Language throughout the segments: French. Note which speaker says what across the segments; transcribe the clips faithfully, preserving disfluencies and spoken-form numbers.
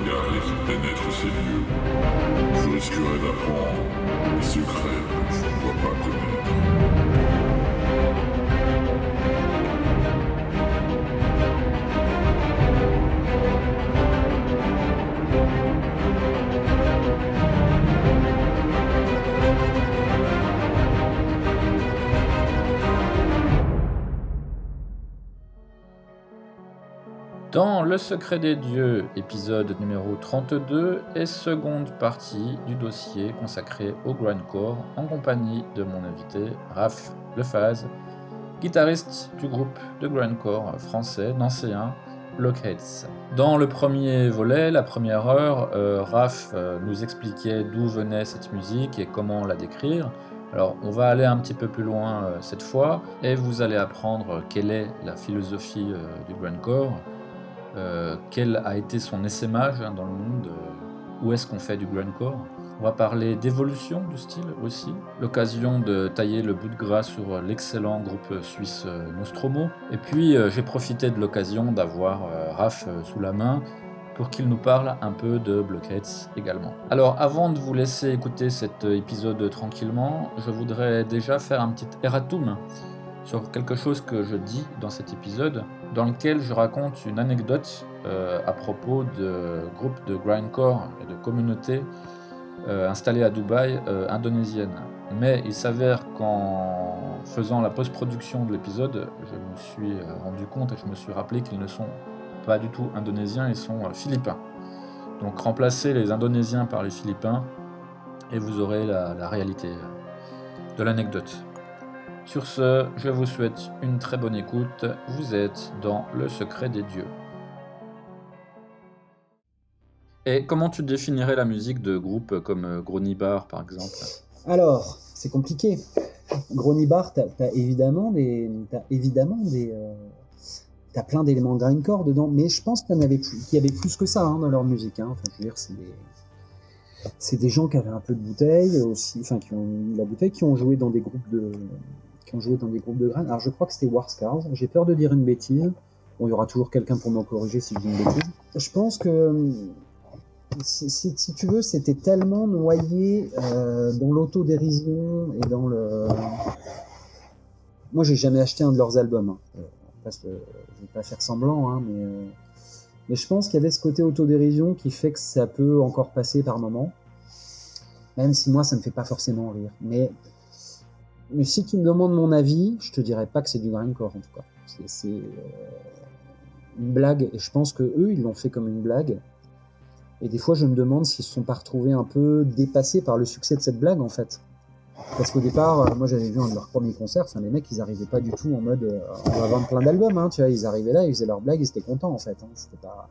Speaker 1: égaré qui pénètre ces lieux, je risquerais d'apprendre des secrets que je ne dois pas connaître.
Speaker 2: Dans Le secret des dieux, épisode numéro trente-deux et seconde partie du dossier consacré au grindcore en compagnie de mon invité Raph Lefaz, guitariste du groupe de grindcore français nancéen Blockheads. Dans le premier volet, la première heure, euh, Raph euh, nous expliquait d'où venait cette musique et comment la décrire. Alors on va aller un petit peu plus loin euh, cette fois et vous allez apprendre quelle est la philosophie euh, du grindcore. Euh, quel a été son essaimage hein, dans le monde, euh, où est-ce qu'on fait du grindcore. On va parler d'évolution du style aussi, l'occasion de tailler le bout de gras sur l'excellent groupe suisse euh, Nostromo, et puis euh, j'ai profité de l'occasion d'avoir euh, Raph euh, sous la main pour qu'il nous parle un peu de Blockheads également. Alors avant de vous laisser écouter cet épisode tranquillement, je voudrais déjà faire un petit erratum sur quelque chose que je dis dans cet épisode, dans lequel je raconte une anecdote euh, à propos de groupes de grindcore et de communautés euh, installées à Dubaï, euh, indonésiennes. Mais il s'avère qu'en faisant la post-production de l'épisode, je me suis rendu compte et je me suis rappelé qu'ils ne sont pas du tout indonésiens, ils sont euh, philippins. Donc remplacez les Indonésiens par les Philippins et vous aurez la, la réalité de l'anecdote. Sur ce, je vous souhaite une très bonne écoute. Vous êtes dans Le secret des dieux. Et comment tu définirais la musique de groupes comme Gronibar, par exemple ?
Speaker 3: Alors, c'est compliqué. Gronibar, t'as, t'as évidemment des, t'as évidemment des, euh, t'as plein d'éléments grindcore dedans, mais je pense qu'il y en avait plus, qu'il y avait plus que ça hein, dans leur musique. Hein. Enfin, je veux dire, c'est des, c'est des gens qui avaient un peu de bouteille aussi, enfin qui ont eu la bouteille, qui ont joué dans des groupes de qui ont joué dans des groupes de grind. Alors je crois que c'était War Scars, j'ai peur de dire une bêtise, bon il y aura toujours quelqu'un pour m'en corriger si je dis une bêtise. Je pense que si, si, si tu veux c'était tellement noyé euh, dans l'autodérision et dans le... Moi j'ai jamais acheté un de leurs albums, hein. euh, parce que je vais pas faire semblant, hein, mais, euh... mais je pense qu'il y avait ce côté autodérision qui fait que ça peut encore passer par moments, même si moi ça me fait pas forcément rire, mais Mais si tu me demandes mon avis, je te dirais pas que c'est du grindcore en tout cas. C'est, c'est euh, une blague, et je pense que eux, ils l'ont fait comme une blague. Et des fois, je me demande s'ils se sont pas retrouvés un peu dépassés par le succès de cette blague en fait. Parce qu'au départ, euh, moi j'avais vu un de leurs premiers concerts, enfin les mecs, ils arrivaient pas du tout en mode euh, on va vendre plein d'albums, hein, tu vois, ils arrivaient là, ils faisaient leur blague, ils étaient contents en fait. Hein, c'était pas.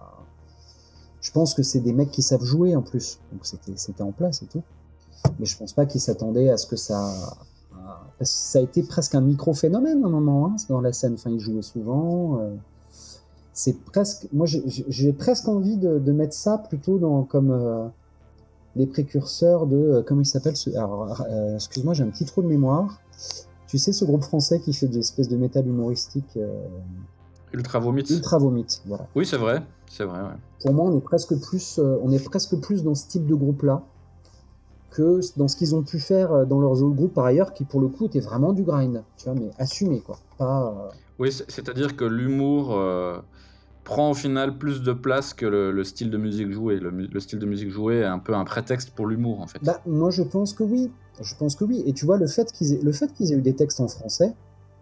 Speaker 3: Je pense que c'est des mecs qui savent jouer en plus, donc c'était, c'était en place et tout. Mais je pense pas qu'ils s'attendaient à ce que ça. Parce que ça a été presque un micro-phénomène à un moment hein, dans la scène. Enfin, ils jouaient souvent. Euh, c'est presque. Moi, j'ai, j'ai presque envie de, de mettre ça plutôt dans comme euh, les précurseurs de. Euh, comment il s'appelle ce, alors, euh, excuse-moi, j'ai un petit trou de mémoire. Tu sais, ce groupe français qui fait des espèces de métal humoristique. Euh,
Speaker 2: Ultra Vomit.
Speaker 3: Ultra Vomit, voilà.
Speaker 2: Oui, c'est vrai, c'est vrai. Ouais.
Speaker 3: Pour moi, on est presque plus, euh, on est presque plus dans ce type de groupe-là que dans ce qu'ils ont pu faire dans leurs autres groupes par ailleurs, qui pour le coup étaient vraiment du grind, tu vois, mais assumé quoi. Pas, euh...
Speaker 2: Oui, c'est-à-dire que l'humour euh, prend au final plus de place que le, le style de musique joué. Le, le style de musique joué est un peu un prétexte pour l'humour en fait.
Speaker 3: Bah moi je pense que oui, je pense que oui. Et tu vois le fait qu'ils aient, le fait qu'ils aient eu des textes en français,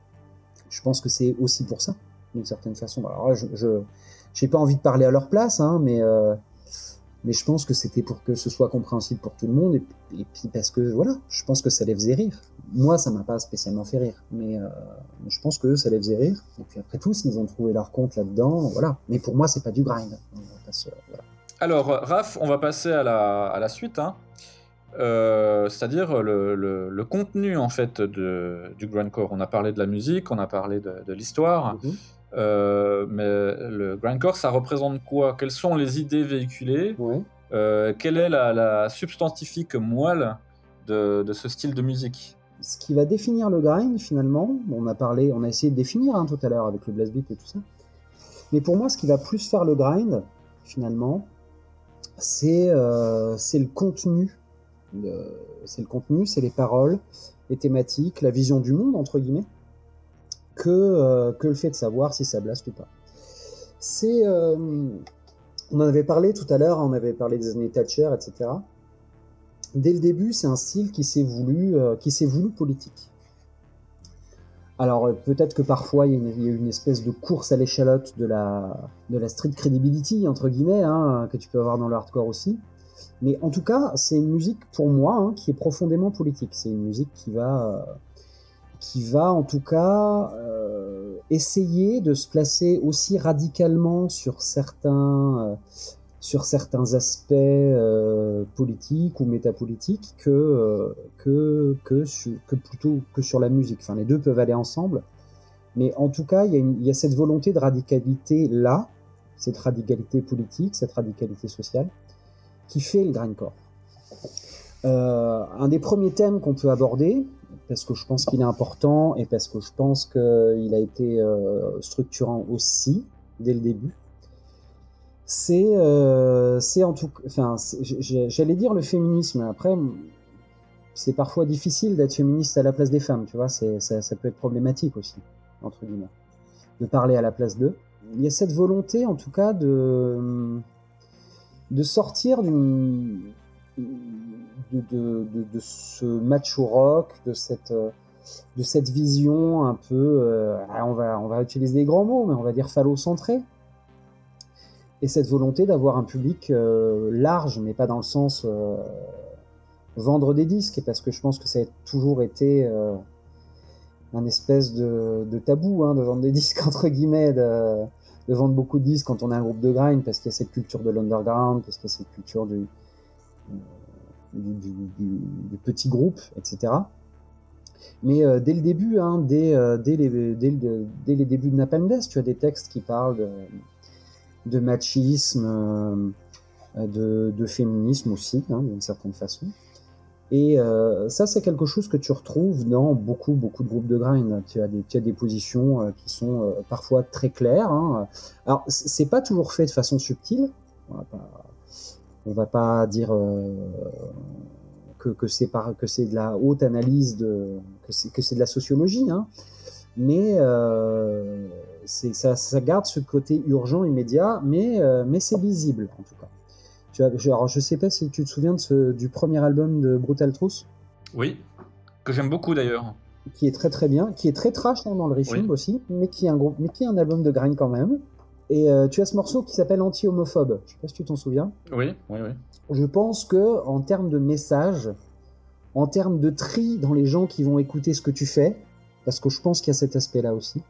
Speaker 3: je pense que c'est aussi pour ça, d'une certaine façon. Alors là, je, je j'ai pas envie de parler à leur place, hein, mais euh, Mais je pense que c'était pour que ce soit compréhensible pour tout le monde, et, et puis parce que voilà, je pense que ça les faisait rire. Moi, ça m'a pas spécialement fait rire, mais euh, je pense que eux, ça les faisait rire. Et puis après tout, s'ils ont trouvé leur compte là-dedans, voilà. Mais pour moi, c'est pas du grind. Parce, euh, voilà.
Speaker 2: Alors, Raph, on va passer à la, à la suite, hein. Euh, c'est-à-dire le, le, le contenu en fait de, du grindcore. On a parlé de la musique, on a parlé de, de l'histoire. Mm-hmm. Euh, mais le grindcore, ça représente quoi ? Quelles sont les idées véhiculées ?
Speaker 3: Ouais.
Speaker 2: euh, Quelle est la, la substantifique moelle de, de ce style de musique ?
Speaker 3: Ce qui va définir le grind, finalement, on a parlé, on a essayé de définir hein, tout à l'heure avec le blast beat et tout ça. Mais pour moi, ce qui va plus faire le grind, finalement, c'est, euh, c'est le contenu, euh, c'est le contenu, c'est les paroles, les thématiques, la vision du monde, entre guillemets, que, euh, que le fait de savoir si ça blaste ou pas. C'est, euh, on en avait parlé tout à l'heure, on avait parlé des années Thatcher, et cetera. Dès le début, c'est un style qui s'est voulu, euh, qui s'est voulu politique. Alors euh, peut-être que parfois il y, a une, il y a une espèce de course à l'échalote de la, de la street credibility, entre guillemets, hein, que tu peux avoir dans le hardcore aussi. Mais en tout cas, c'est une musique pour moi hein, qui est profondément politique. C'est une musique qui va, euh, qui va en tout cas euh, essayer de se placer aussi radicalement sur certains, euh, sur certains aspects euh, politiques ou métapolitiques que, euh, que, que, sur, que plutôt que sur la musique. Enfin, les deux peuvent aller ensemble. Mais en tout cas, il y a, une, il y a cette volonté de radicalité là, cette radicalité politique, cette radicalité sociale, qui fait le grindcore. Euh, un des premiers thèmes qu'on peut aborder, parce que je pense qu'il est important et parce que je pense qu'il a été euh, structurant aussi dès le début, c'est, euh, c'est en tout, enfin, c'est, j'allais dire le féminisme. Après, c'est parfois difficile d'être féministe à la place des femmes, tu vois. C'est, ça, ça peut être problématique aussi, entre guillemets, de parler à la place d'eux. Il y a cette volonté, en tout cas, de de sortir d'une de, de, de, de ce macho rock, de cette de cette vision un peu, euh, on va on va utiliser des grands mots, mais on va dire phallocentré. Et cette volonté d'avoir un public euh, large, mais pas dans le sens euh, vendre des disques, parce que je pense que ça a toujours été euh, un espèce de, de tabou, hein, de vendre des disques, entre guillemets, de, de vendre beaucoup de disques quand on est un groupe de grind, parce qu'il y a cette culture de l'underground, parce qu'il y a cette culture du, du, du, du, du petit groupe, et cetera. Mais euh, dès le début, hein, dès, euh, dès, les, dès, le, dès les débuts de Napalm Death, tu as des textes qui parlent de de machisme, euh, de, de féminisme aussi, hein, d'une certaine façon. Et euh, ça, c'est quelque chose que tu retrouves dans beaucoup, beaucoup de groupes de grind. Tu as des, tu as des positions euh, qui sont euh, parfois très claires. Hein. Alors, c'est pas toujours fait de façon subtile. On va pas, on va pas dire euh, que, que, c'est par, que c'est de la haute analyse, de, que, c'est, que c'est de la sociologie, hein. Mais euh, c'est, ça, ça garde ce côté urgent, immédiat, mais, euh, mais c'est lisible, en tout cas. Tu as, alors, je ne sais pas si tu te souviens de ce, du premier album de Brutal Truth.
Speaker 2: Oui, que j'aime beaucoup d'ailleurs.
Speaker 3: Qui est très très bien, qui est très trash hein, dans le riffing oui. aussi, mais qui, est un groupe, mais qui est un album de grind quand même. Et euh, tu as ce morceau qui s'appelle Anti-homophobe, je ne sais pas si tu t'en souviens.
Speaker 2: Oui, oui, oui.
Speaker 3: Je pense qu'en termes de message, en termes de tri dans les gens qui vont écouter ce que tu fais, parce que je pense qu'il y a cet aspect-là aussi,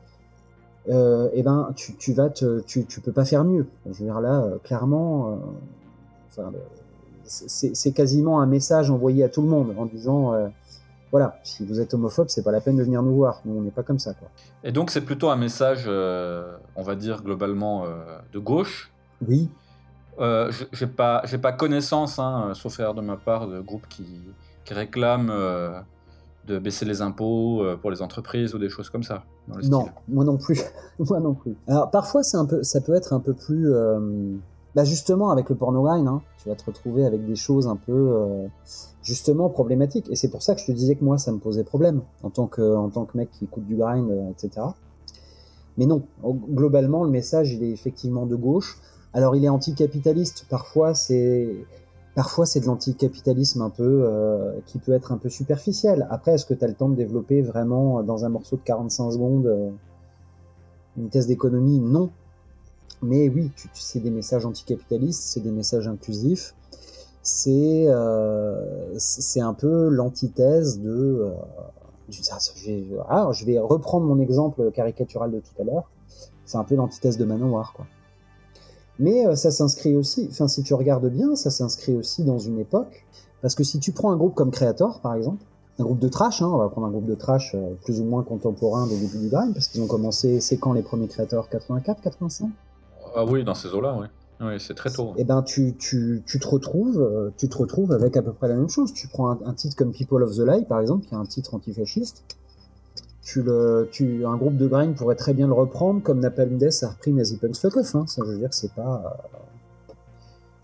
Speaker 3: euh, et ben, tu, tu vas te, tu, tu peux pas faire mieux. Je veux dire là, euh, clairement, euh, enfin, c'est, c'est quasiment un message envoyé à tout le monde en disant, euh, voilà, si vous êtes homophobe, c'est pas la peine de venir nous voir. Nous, on n'est pas comme ça, quoi.
Speaker 2: Et donc, c'est plutôt un message, euh, on va dire globalement euh, de gauche.
Speaker 3: Oui.
Speaker 2: Euh, j'ai pas, j'ai pas connaissance, hein, sauf erreur de ma part, de groupes qui, qui réclament. Euh, de baisser les impôts pour les entreprises ou des choses comme ça dans le
Speaker 3: non,
Speaker 2: style.
Speaker 3: moi non plus. moi non plus. Alors parfois c'est un peu, ça peut être un peu plus, euh, bah justement avec le porno grind, hein, tu vas te retrouver avec des choses un peu euh, justement problématiques. Et c'est pour ça que je te disais que moi ça me posait problème en tant que, en tant que mec qui écoute du grind, euh, et cetera. Mais non, globalement le message il est effectivement de gauche. Alors il est anticapitaliste. Parfois c'est Parfois, c'est de l'anticapitalisme un peu, euh, qui peut être un peu superficiel. Après, est-ce que tu as le temps de développer vraiment dans un morceau de quarante-cinq secondes euh, une thèse d'économie ? Non. Mais oui, tu, tu, c'est des messages anticapitalistes, c'est des messages inclusifs. C'est, euh, c'est un peu l'antithèse de... Euh, je, vais, alors, je vais reprendre mon exemple caricatural de tout à l'heure. C'est un peu l'antithèse de Manowar, quoi. Mais euh, ça s'inscrit aussi, enfin si tu regardes bien, ça s'inscrit aussi dans une époque, parce que si tu prends un groupe comme Kreator, par exemple, un groupe de trash, hein, on va prendre un groupe de trash euh, plus ou moins contemporain des débuts du grind, parce qu'ils ont commencé, c'est quand les premiers Kreator, quatre-vingt-quatre, quatre-vingt-cinq ?
Speaker 2: Ah oui, dans ces eaux-là, oui. Oui, c'est très tôt.
Speaker 3: Et ben tu, tu, tu te retrouves, euh, tu te retrouves avec à peu près la même chose. Tu prends un, un titre comme People of the Lie, par exemple, qui est un titre antifasciste. Tu le, tu, un groupe de grind pourrait très bien le reprendre comme Napalm Death a repris Nazi Punks Fuck Off. Hein. Ça veut dire que c'est pas, euh,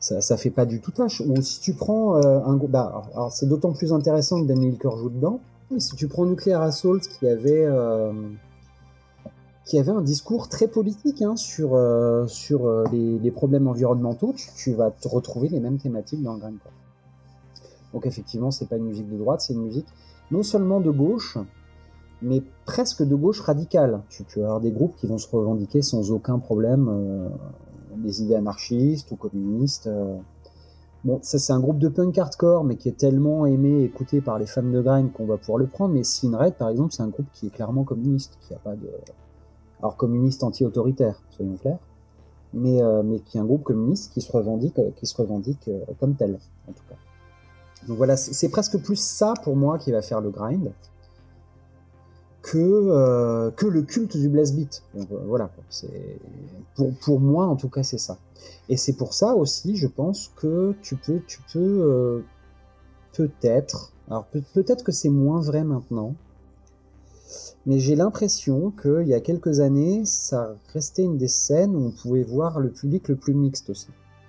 Speaker 3: ça, ça fait pas du tout tâche. Ou si tu prends euh, un groupe, bah, alors, alors, c'est d'autant plus intéressant que Danny Ilker joue dedans. Mais si tu prends Nuclear Assault, qui avait euh, qui avait un discours très politique hein, sur euh, sur euh, les, les problèmes environnementaux, tu, tu vas te retrouver les mêmes thématiques dans le grindcore. Donc effectivement, c'est pas une musique de droite, c'est une musique non seulement de gauche, mais presque de gauche radicale. Tu, tu vas avoir des groupes qui vont se revendiquer sans aucun problème euh, des idées anarchistes ou communistes. Euh. Bon, ça c'est un groupe de punk hardcore, mais qui est tellement aimé et écouté par les fans de grind qu'on va pouvoir le prendre. Mais Sinred, par exemple, c'est un groupe qui est clairement communiste, qui a pas de... Alors communiste anti-autoritaire, soyons clairs, mais, euh, mais qui est un groupe communiste qui se revendique, qui se revendique euh, comme tel, en tout cas. Donc voilà, c'est, c'est presque plus ça pour moi qui va faire le grind que, euh, que le culte du blast beat. Donc euh, voilà, c'est, pour, pour moi en tout cas c'est ça. Et c'est pour ça aussi, je pense que tu peux, tu peux euh, peut-être, alors peut, peut-être que c'est moins vrai maintenant, mais j'ai l'impression qu'il y a quelques années, ça restait une des scènes où on pouvait voir le public le plus mixte aussi.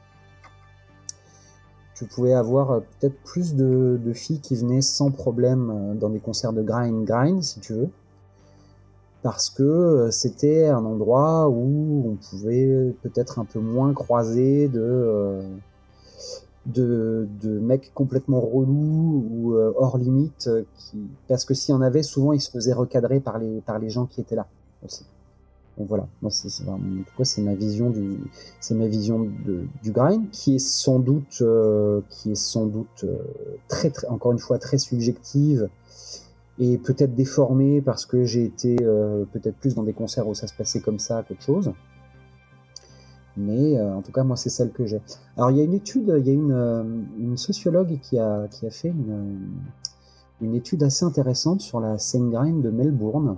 Speaker 3: Tu pouvais avoir peut-être plus de, de filles qui venaient sans problème dans des concerts de grind grind, si tu veux, parce que c'était un endroit où on pouvait peut-être un peu moins croiser de, de, de mecs complètement relous ou hors limite, qui, parce que s'il y en avait, souvent ils se faisaient recadrer par les, par les gens qui étaient là aussi. Donc voilà, moi c'est, c'est, en tout cas, c'est ma vision du, c'est ma vision de, du grind qui est sans doute, euh, qui est sans doute euh, très, très, encore une fois très subjective et peut-être déformée parce que j'ai été euh, peut-être plus dans des concerts où ça se passait comme ça qu'autre chose. Mais euh, en tout cas moi c'est celle que j'ai. Alors il y a une étude, il y a une, une sociologue qui a, qui a fait une, une étude assez intéressante sur la scène grind de Melbourne.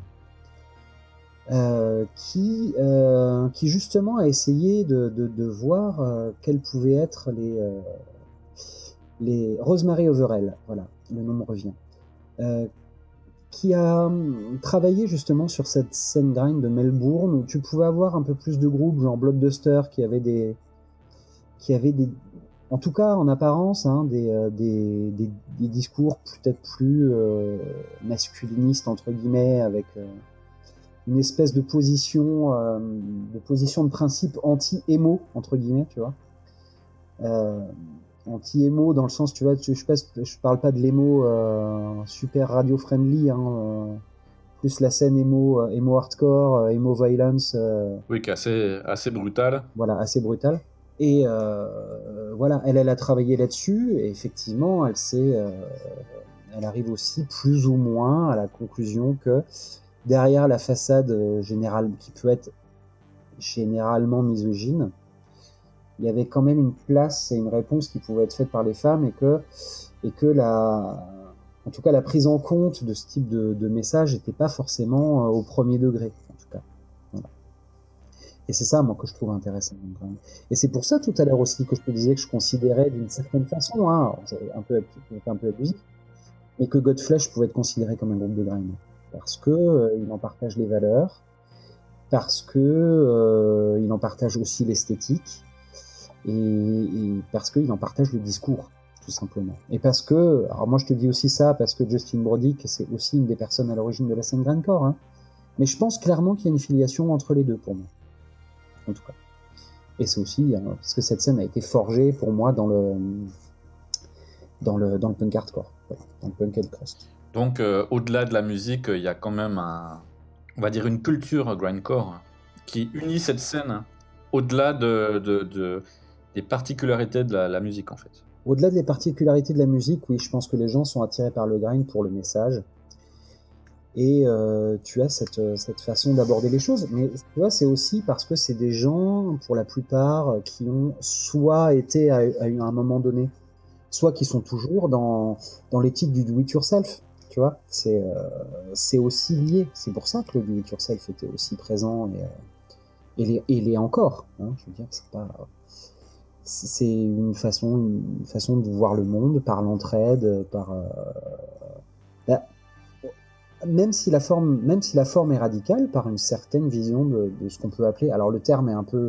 Speaker 3: Euh, qui, euh, qui justement a essayé de, de, de voir euh, quels pouvaient être les, euh, les... Rosemary Overell, voilà, le nom me revient, euh, qui a travaillé justement sur cette scène grind de Melbourne où tu pouvais avoir un peu plus de groupes, genre Bloodduster, qui avait des, qui avait des, en tout cas en apparence, hein, des, euh, des, des, des discours peut-être plus euh, masculinistes entre guillemets, avec euh, une espèce de position, euh, de position de principe anti-émo, entre guillemets, tu vois. Euh, anti-émo dans le sens, tu vois, je, je, je parle pas de l'émo euh, super radio-friendly, hein, euh, plus la scène émo, euh, émo hardcore, émo violence. Euh,
Speaker 2: oui, qui est assez, assez brutal.
Speaker 3: Voilà, assez brutal. Et euh, voilà, elle, elle a travaillé là-dessus, et effectivement, elle s'est, euh, elle arrive aussi plus ou moins à la conclusion que derrière la façade euh, générale, qui peut être généralement misogyne, il y avait quand même une place et une réponse qui pouvait être faite par les femmes, et que, et que la, en tout cas la prise en compte de ce type de, de message n'était pas forcément euh, au premier degré, en tout cas. Voilà. Et c'est ça, moi, que je trouve intéressant. Et c'est pour ça, tout à l'heure aussi, que je te disais que je considérais d'une certaine façon, hein, un peu, un peu abusif, mais que Godflesh pouvait être considéré comme un groupe de grind. Parce que euh, il en partage les valeurs, parce que euh, il en partage aussi l'esthétique, et, et parce qu'il en partage le discours, tout simplement. Et parce que, alors moi je te dis aussi ça parce que Justin Brodick, c'est aussi une des personnes à l'origine de la scène grindcore, hein, mais je pense clairement qu'il y a une filiation entre les deux pour moi, en tout cas. Et c'est aussi hein, parce que cette scène a été forgée pour moi dans le dans le dans le punk hardcore, voilà, dans le punk and crust.
Speaker 2: Donc, euh, au-delà de la musique, il y a quand même, un, on va dire, une culture grindcore qui unit cette scène au-delà de, de, de, des particularités de la, la musique, en fait.
Speaker 3: Au-delà des particularités de la musique, oui, je pense que les gens sont attirés par le grind pour le message. Et euh, tu as cette, cette façon d'aborder les choses. Mais tu vois, c'est aussi parce que c'est des gens, pour la plupart, qui ont soit été à, à un moment donné, soit qui sont toujours dans, dans l'éthique du do-it-yourself. Tu vois, c'est, euh, c'est aussi lié. C'est pour ça que le do-it-yourself était aussi présent et, euh, et, les, et l'est encore. Hein, je veux dire, c'est pas, c'est une façon, une façon de voir le monde par l'entraide, par. Euh, bah, même si la forme, même si la forme est radicale, par une certaine vision de, de ce qu'on peut appeler. Alors le terme est un peu,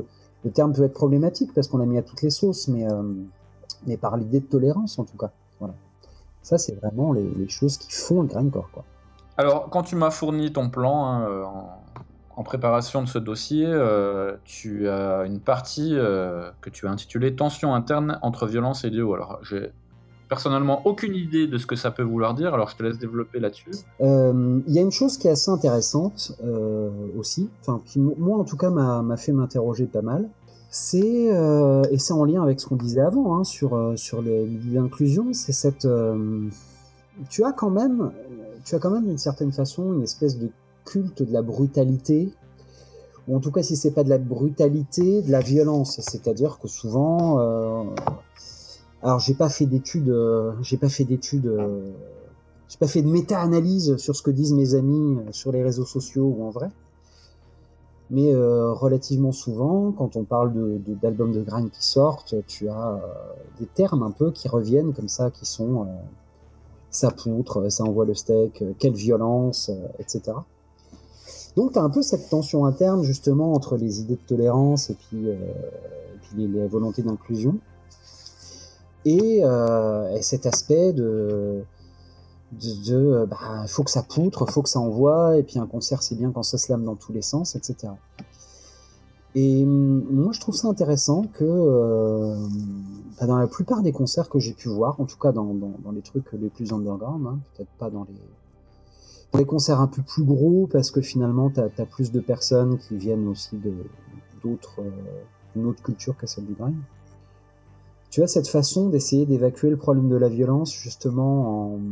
Speaker 3: le terme peut être problématique parce qu'on l'a mis à toutes les sauces, mais, euh, mais par l'idée de tolérance en tout cas. Voilà. Ça, c'est vraiment les, les choses qui font le grindcore, quoi.
Speaker 2: Alors, quand tu m'as fourni ton plan hein, euh, en, en préparation de ce dossier, euh, tu as une partie euh, que tu as intitulée Tension interne entre violence et idéaux. Alors, j'ai personnellement aucune idée de ce que ça peut vouloir dire, alors je te laisse développer là-dessus.
Speaker 3: Il euh, y a une chose qui est assez intéressante euh, aussi, enfin, qui moi en tout cas m'a, m'a fait m'interroger pas mal. C'est, euh, et c'est en lien avec ce qu'on disait avant hein, sur, euh, sur le, l'inclusion, c'est cette. Euh, tu as quand même, tu as quand même d'une certaine façon une espèce de culte de la brutalité, ou en tout cas si c'est pas de la brutalité, de la violence. C'est-à-dire que souvent, euh, alors j'ai pas fait d'études, euh, j'ai pas fait d'études, euh, j'ai pas fait de méta-analyse sur ce que disent mes amis sur les réseaux sociaux ou en vrai. Mais euh, relativement souvent, quand on parle de, de, d'albums de grind qui sortent, tu as euh, des termes un peu qui reviennent comme ça, qui sont euh, ça poutre, ça envoie le steak, euh, quelle violence, euh, et cetera. Donc tu as un peu cette tension interne justement entre les idées de tolérance et puis, euh, et puis les, les volontés d'inclusion. Et, euh, et cet aspect de... de, de bah, faut que ça poutre, faut que ça envoie, et puis un concert c'est bien quand ça se lame dans tous les sens, et cetera. Et moi je trouve ça intéressant que euh, bah, dans la plupart des concerts que j'ai pu voir, en tout cas dans, dans, dans les trucs les plus underground, hein, peut-être pas dans les, dans les concerts un peu plus gros, parce que finalement t'as, t'as plus de personnes qui viennent aussi de, d'autres, euh, d'une autre culture que celle du grind. Tu as cette façon d'essayer d'évacuer le problème de la violence justement en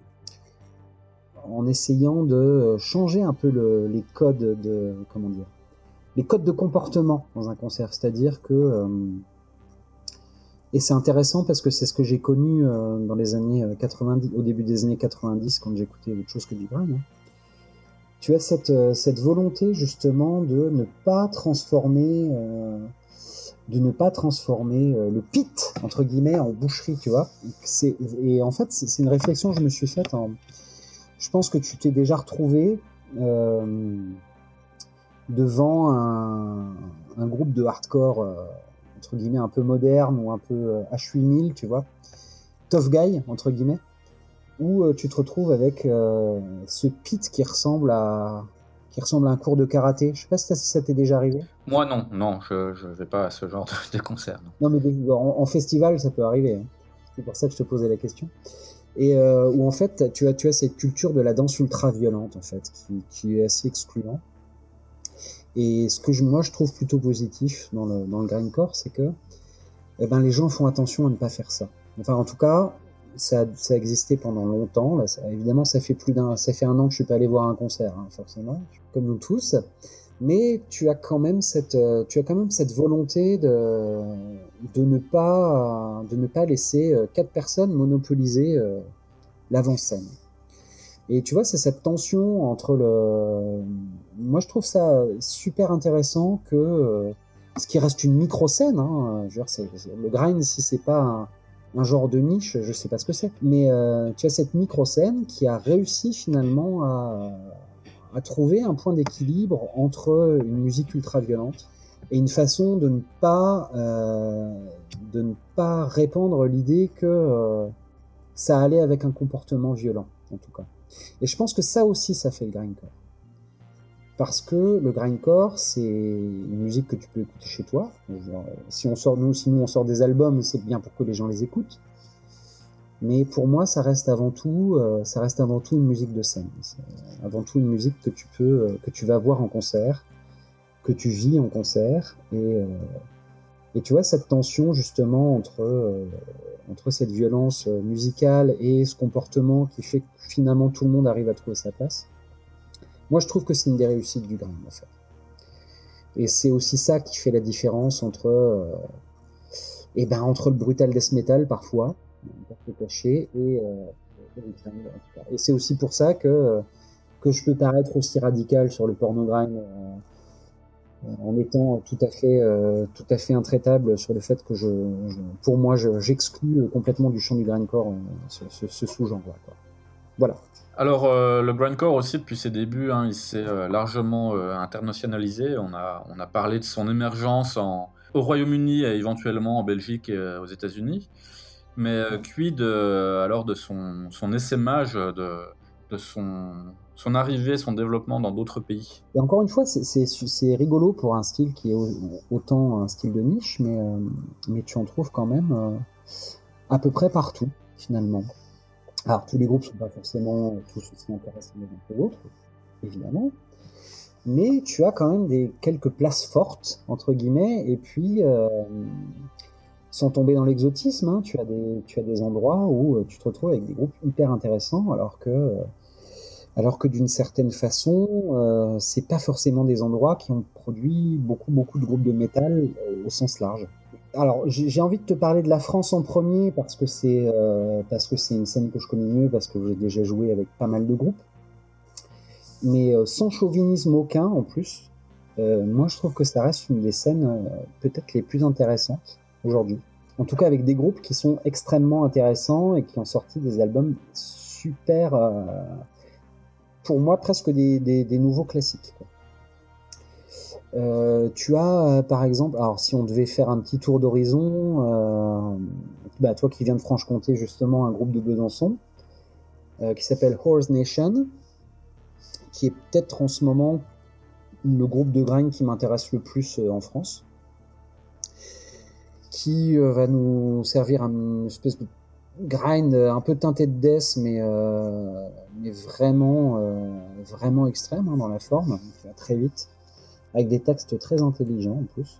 Speaker 3: en essayant de changer un peu le, les codes de comment dire les codes de comportement dans un concert, c'est-à-dire que euh, et c'est intéressant parce que c'est ce que j'ai connu euh, dans les années quatre-vingt-dix, au début des années quatre-vingt-dix quand j'écoutais autre chose que du grind. Hein. Tu as cette cette volonté justement de ne pas transformer euh, de ne pas transformer euh, le pit entre guillemets en boucherie, tu vois. C'est, et en fait c'est, c'est une réflexion que je me suis faite en je pense que tu t'es déjà retrouvé euh, devant un, un groupe de hardcore euh, entre guillemets un peu moderne ou un peu euh, H huit mille, tu vois, tough guy entre guillemets, où euh, tu te retrouves avec euh, ce pit qui ressemble à qui ressemble à un cours de karaté. Je sais pas si ça, si ça t'est déjà arrivé.
Speaker 2: Moi non, non, je je vais pas à ce genre de, de concert.
Speaker 3: Non, non mais en, en festival ça peut arriver. Hein. C'est pour ça que je te posais la question. Et euh, où en fait tu as tu as cette culture de la danse ultra violente en fait qui, qui est assez excluant. Et ce que je, moi je trouve plutôt positif dans le dans le grindcore, c'est que eh ben les gens font attention à ne pas faire ça. Enfin en tout cas ça ça a existé pendant longtemps. Là, ça, évidemment ça fait plus d'un ça fait un an que je suis pas allé voir un concert hein, forcément comme nous tous. Mais tu as quand même cette tu as quand même cette volonté de de ne pas de ne pas laisser quatre personnes monopoliser euh, l'avant-scène. Et tu vois, c'est cette tension entre le... Moi, je trouve ça super intéressant que... Euh, ce qui reste une micro-scène, hein, je veux dire, c'est, c'est, le grind, si c'est pas un, un genre de niche, je sais pas ce que c'est. Mais euh, tu as cette micro-scène qui a réussi finalement à, à trouver un point d'équilibre entre une musique ultra-violente et une façon de ne pas, euh, de ne pas répandre l'idée que euh, ça allait avec un comportement violent, en tout cas. Et je pense que ça aussi, ça fait le grindcore. Parce que le grindcore, c'est une musique que tu peux écouter chez toi. Genre, si on sort, nous, si nous on sort des albums, c'est bien pour que les gens les écoutent. Mais pour moi, ça reste avant tout, euh, ça reste avant tout une musique de scène. C'est avant tout une musique que tu peux, euh, que tu vas voir en concert, que tu vis en concert. Et, euh, et tu vois cette tension justement entre euh, entre cette violence musicale et ce comportement qui fait que finalement tout le monde arrive à trouver sa place. Moi, je trouve que c'est une des réussites du grind, en fait. Et c'est aussi ça qui fait la différence entre, euh, eh ben, entre le brutal death metal, parfois, pour se cacher, et, euh, et le grind, en tout cas. Et c'est aussi pour ça que, que je peux paraître aussi radical sur le porno grind, euh, en étant tout à fait, euh, tout à fait intraitable sur le fait que je, je pour moi, je, j'exclus complètement du champ du grindcore euh, ce, ce, ce sous-genre, quoi. Voilà.
Speaker 2: Alors, euh, le grindcore aussi, depuis ses débuts, hein, il s'est euh, largement euh, internationalisé. On a, on a parlé de son émergence en, au Royaume-Uni et éventuellement en Belgique et euh, aux États-Unis. Mais euh, quid euh, alors de son, son essaimage, de, de son, son arrivée, son développement dans d'autres pays?
Speaker 3: Et encore une fois, c'est, c'est, c'est rigolo pour un style qui est au- autant un style de niche, mais, euh, mais tu en trouves quand même euh, à peu près partout, finalement. Alors, tous les groupes ne sont pas forcément tous aussi intéressants les uns que les autres, évidemment, mais tu as quand même des, quelques places fortes, entre guillemets, et puis, euh, sans tomber dans l'exotisme, hein, tu as des, tu as des endroits où euh, tu te retrouves avec des groupes hyper intéressants, alors que, euh, alors que d'une certaine façon, euh, c'est pas forcément des endroits qui ont produit beaucoup, beaucoup de groupes de métal euh, au sens large. Alors, j'ai j'ai envie de te parler de la France en premier parce que c'est euh, parce que c'est une scène que je connais mieux, parce que j'ai déjà joué avec pas mal de groupes, mais euh, sans chauvinisme aucun en plus. Euh, moi, je trouve que ça reste une des scènes euh, peut-être les plus intéressantes aujourd'hui. En tout cas, avec des groupes qui sont extrêmement intéressants et qui ont sorti des albums super, euh, pour moi, presque des, des, des nouveaux classiques, quoi. Euh, tu as, euh, par exemple, alors si on devait faire un petit tour d'horizon, euh, bah, toi qui viens de Franche-Comté, justement, un groupe de Besançon euh, qui s'appelle Horse Nation, qui est peut-être en ce moment le groupe de grind qui m'intéresse le plus euh, en France, qui euh, va nous servir une espèce de grind un peu teinté de death, mais, euh, mais vraiment, euh, vraiment extrême hein, dans la forme, qui va très vite, avec des textes très intelligents en plus.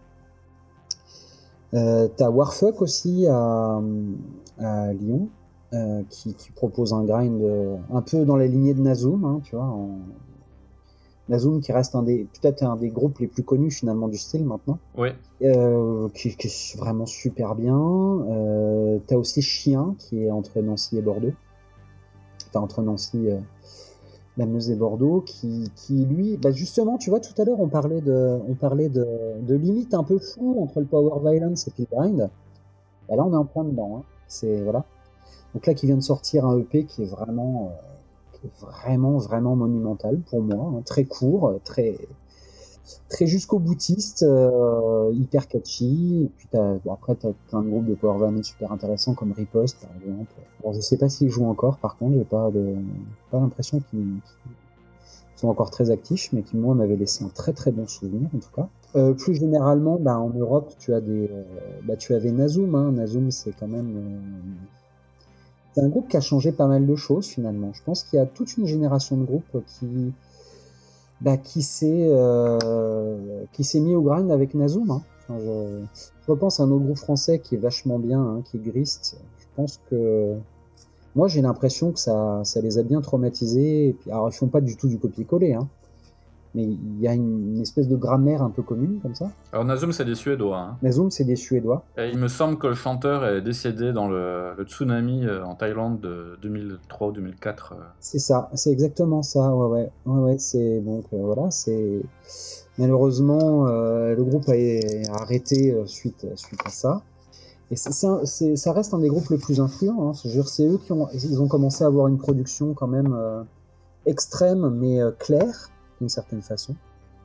Speaker 3: Euh, t'as Warfuck aussi à, à Lyon, euh, qui, qui propose un grind euh, un peu dans la lignée de Nazum, hein, tu vois. En... Nazum qui reste un des, peut-être un des groupes les plus connus finalement du style maintenant.
Speaker 2: Oui.
Speaker 3: Euh, qui, qui est vraiment super bien. Euh, t'as aussi Chien qui est entre Nancy et Bordeaux. Enfin, entre Nancy, euh, la Meuse et Bordeaux, qui, qui lui, bah justement, tu vois, tout à l'heure on parlait de, on parlait de, de limite un peu flou entre le power violence et puis le grind. Bah là, on est en plein dedans. Hein. C'est voilà. Donc là, qui vient de sortir un E P qui est vraiment, euh, qui est vraiment, vraiment monumental pour moi, hein, très court, très, très jusqu'au boutiste, euh, hyper catchy. Et puis t'as, bon, après, t'as plein de groupes de power violence super intéressants comme Riposte, par exemple. Alors, je sais pas s'ils jouent encore. Par contre, j'ai pas de, pas l'impression qu'ils, qu'ils sont encore très actifs, mais qui moi m'avaient laissé un très très bon souvenir en tout cas. Euh, plus généralement, bah, en Europe, tu as des, euh, bah, tu avais Nazum. Hein. Nazum, c'est quand même, euh, c'est un groupe qui a changé pas mal de choses finalement. Je pense qu'il y a toute une génération de groupes qui, bah, qui s'est, euh, qui s'est mis au grind avec Nazum. Hein. Enfin, je, je repense à un autre groupe français qui est vachement bien, hein, qui est Grist. Je pense que moi j'ai l'impression que ça, ça les a bien traumatisés. Et puis, alors ils font pas du tout du copier-coller, hein. Mais il y a une, une espèce de grammaire un peu commune comme ça.
Speaker 2: Alors Nazum, c'est des Suédois. Hein.
Speaker 3: Nazum, c'est des Suédois.
Speaker 2: Et il me semble que le chanteur est décédé dans le, le tsunami euh, en Thaïlande de deux mille trois ou deux mille quatre. euh.
Speaker 3: C'est ça, c'est exactement ça. Ouais, ouais, ouais, ouais. C'est donc euh, voilà, c'est malheureusement euh, le groupe a, a arrêté euh, suite suite à ça. Et c'est, c'est un- c'est- ça reste un des groupes les plus influents. Hein. Je veux dire, c'est eux qui ont, ils ont commencé à avoir une production quand même euh, extrême, mais euh, claire d'une certaine façon,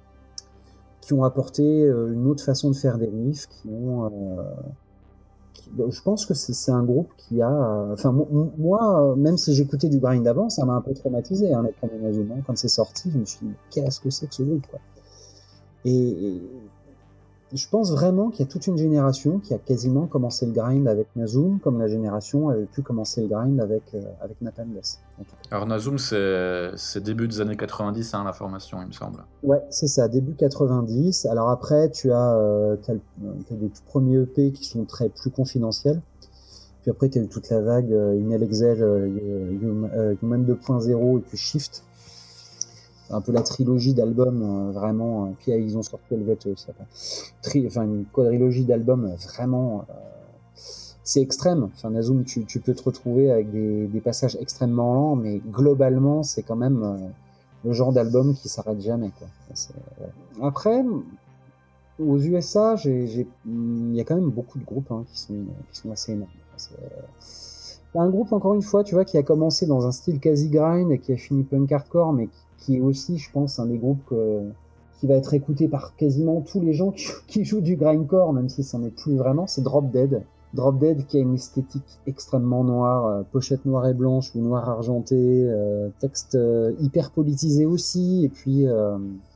Speaker 3: qui ont apporté euh, une autre façon de faire des riffs, qui ont euh, qui- je pense que c'est, c'est un groupe qui a. euh, Enfin, mo- moi, euh, même si j'écoutais du grind avant, ça m'a un peu traumatisé, hein, les premiers Nazum, hein. Quand c'est sorti, je me suis dit, qu'est-ce que c'est que ce groupe, quoi. Et, et je pense vraiment qu'il y a toute une génération qui a quasiment commencé le grind avec Nazum, comme la génération avait pu commencer le grind avec, euh, avec Nathan Less. En tout cas.
Speaker 2: Alors Nazum, c'est, c'est début des années quatre-vingt-dix, hein, la formation, il me semble.
Speaker 3: Ouais, c'est ça, début quatre-vingt-dix. Alors après, tu as, euh, t'as, le- t'as des tout premiers E P qui sont très plus confidentiels. Puis après, tu as eu toute la vague euh, Inhale Exhale, euh, Human, euh, Human deux point zéro et puis Shift. Un peu la trilogie d'albums, euh, vraiment. Euh, puis euh, ils ont sorti Helvet aussi après. Tri, enfin, une quadrilogie d'albums euh, vraiment. Euh, c'est extrême. Enfin, Nazum, tu, tu peux te retrouver avec des, des passages extrêmement lents, mais globalement, c'est quand même euh, le genre d'album qui s'arrête jamais, quoi. C'est, euh... Après, aux U S A, j'ai, j'ai... il y a quand même beaucoup de groupes hein, qui, sont, qui sont assez énormes. C'est, euh... c'est un groupe, encore une fois, tu vois, qui a commencé dans un style quasi grind et qui a fini punk hardcore, mais qui, qui est aussi, je pense, un des groupes que, qui va être écouté par quasiment tous les gens qui, qui jouent du grindcore, même si ça n'est plus vraiment, c'est Drop Dead. Drop Dead qui a une esthétique extrêmement noire, euh, pochette noire et blanche ou noir argenté, euh, texte euh, hyper politisé aussi, et puis euh,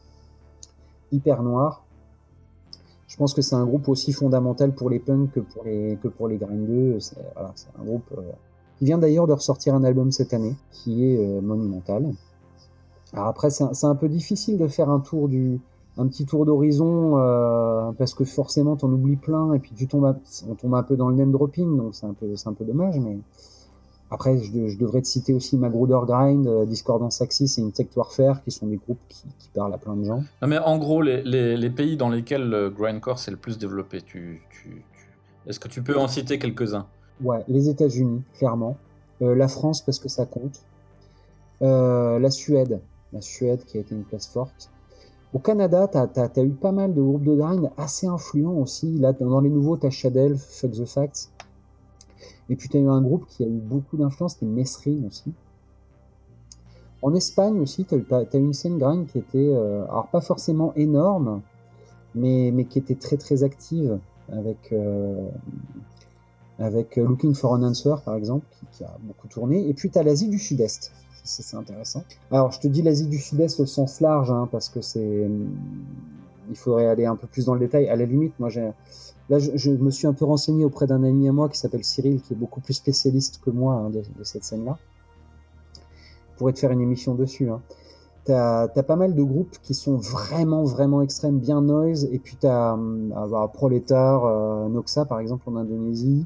Speaker 3: hyper noir. Je pense que c'est un groupe aussi fondamental pour les punks que pour les, que pour les grindeux. C'est, voilà, c'est un groupe euh, qui vient d'ailleurs de ressortir un album cette année, qui est euh, monumental. Alors après, c'est un, c'est un peu difficile de faire un tour du, un petit tour d'horizon euh, parce que forcément, t'en oublies plein et puis tu tombes, à, on tombe un peu dans le name dropping, donc c'est un peu, c'est un peu dommage. Mais après, je, je devrais te citer aussi Magruder Grind, euh, Discordance Axis et Insect Warfare, qui sont des groupes qui, qui parlent à plein de gens.
Speaker 2: Non, mais en gros, les, les, les pays dans lesquels le grindcore c'est le plus développé, tu, tu, tu... est-ce que tu peux en citer quelques-uns?
Speaker 3: Ouais, les États-Unis, clairement. Euh, la France, parce que ça compte. Euh, la Suède. La Suède qui a été une place forte. Au Canada, t'as, t'as, t'as eu pas mal de groupes de grind assez influents aussi. Là, dans les nouveaux, t'as Shadel, Fuck the Facts. Et puis t'as eu un groupe qui a eu beaucoup d'influence, c'était Mesrin aussi. En Espagne aussi, t'as eu, t'as, t'as eu une scène grind qui était, euh, alors pas forcément énorme, mais, mais qui était très très active avec, euh, avec Looking for an Answer par exemple, qui, qui a beaucoup tourné. Et puis t'as l'Asie du Sud-Est. Ça, c'est intéressant. Alors, je te dis l'Asie du Sud-Est au sens large, hein, parce que c'est, il faudrait aller un peu plus dans le détail. À la limite, moi, j'ai, là, je, je me suis un peu renseigné auprès d'un ami à moi qui s'appelle Cyril, qui est beaucoup plus spécialiste que moi hein, de, de cette scène-là. Je pourrais te faire une émission dessus. Hein. T'as, t'as pas mal de groupes qui sont vraiment, vraiment extrêmes, bien noise, et puis t'as euh, Proletar, euh, Noxa, par exemple, en Indonésie.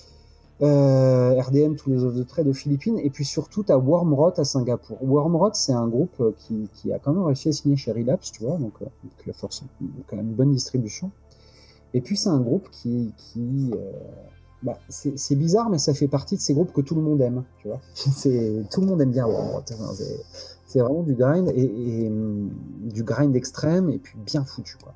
Speaker 3: Euh, R D M, tous les autres trades aux Philippines, et puis surtout t'as Wormrot à Singapour. Wormrot, c'est un groupe qui, qui a quand même réussi à signer chez Relapse, tu vois, donc, euh, donc la force, quand même une bonne distribution. Et puis c'est un groupe qui, qui euh, bah, c'est, c'est bizarre, mais ça fait partie de ces groupes que tout le monde aime, tu vois. C'est, tout le monde aime bien Wormrot. Enfin, c'est, c'est vraiment du grind et, et, et du grind extrême et puis bien foutu, quoi.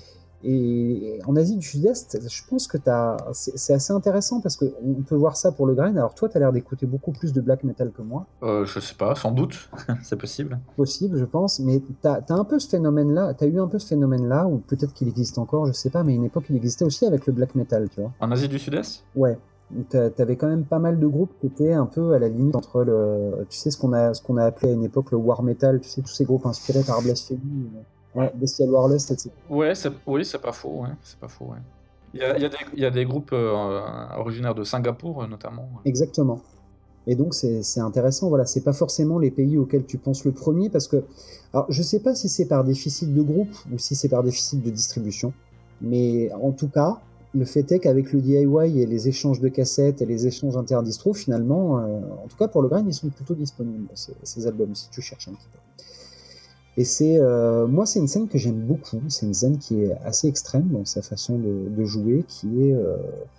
Speaker 3: Et en Asie du Sud-Est, je pense que t'as... C'est, c'est assez intéressant parce qu'on peut voir ça pour le grind. Alors toi, tu as l'air d'écouter beaucoup plus de black metal que moi.
Speaker 2: Euh, je sais pas, sans doute, c'est possible.
Speaker 3: Possible, je pense, mais tu as un peu ce phénomène-là, tu as eu un peu ce phénomène-là, ou peut-être qu'il existe encore, je sais pas, mais à une époque, il existait aussi avec le black metal, tu vois.
Speaker 2: En Asie du Sud-Est ?
Speaker 3: Ouais. T'avais quand même pas mal de groupes qui étaient un peu à la limite entre le... Tu sais, ce qu'on a, ce qu'on a appelé à une époque le war metal, tu sais, tous ces groupes inspirés par Blasphemy. Ouais, Bestial Warlust, et cetera.
Speaker 2: Ouais, c'est, oui, c'est pas faux, ouais, c'est pas faux, ouais. Il y a, il y a, des, il y a des groupes euh, originaires de Singapour, euh, notamment.
Speaker 3: Exactement. Et donc, c'est, c'est intéressant, voilà, c'est pas forcément les pays auxquels tu penses le premier, parce que, alors, je sais pas si c'est par déficit de groupe, ou si c'est par déficit de distribution, mais en tout cas, le fait est qu'avec le D I Y et les échanges de cassettes et les échanges interdistro, finalement, euh, en tout cas pour le grind, ils sont plutôt disponibles, ces, ces albums, si tu cherches un petit peu. Et c'est, euh, moi, c'est une scène que j'aime beaucoup. C'est une scène qui est assez extrême dans sa façon de, de jouer, qui est euh,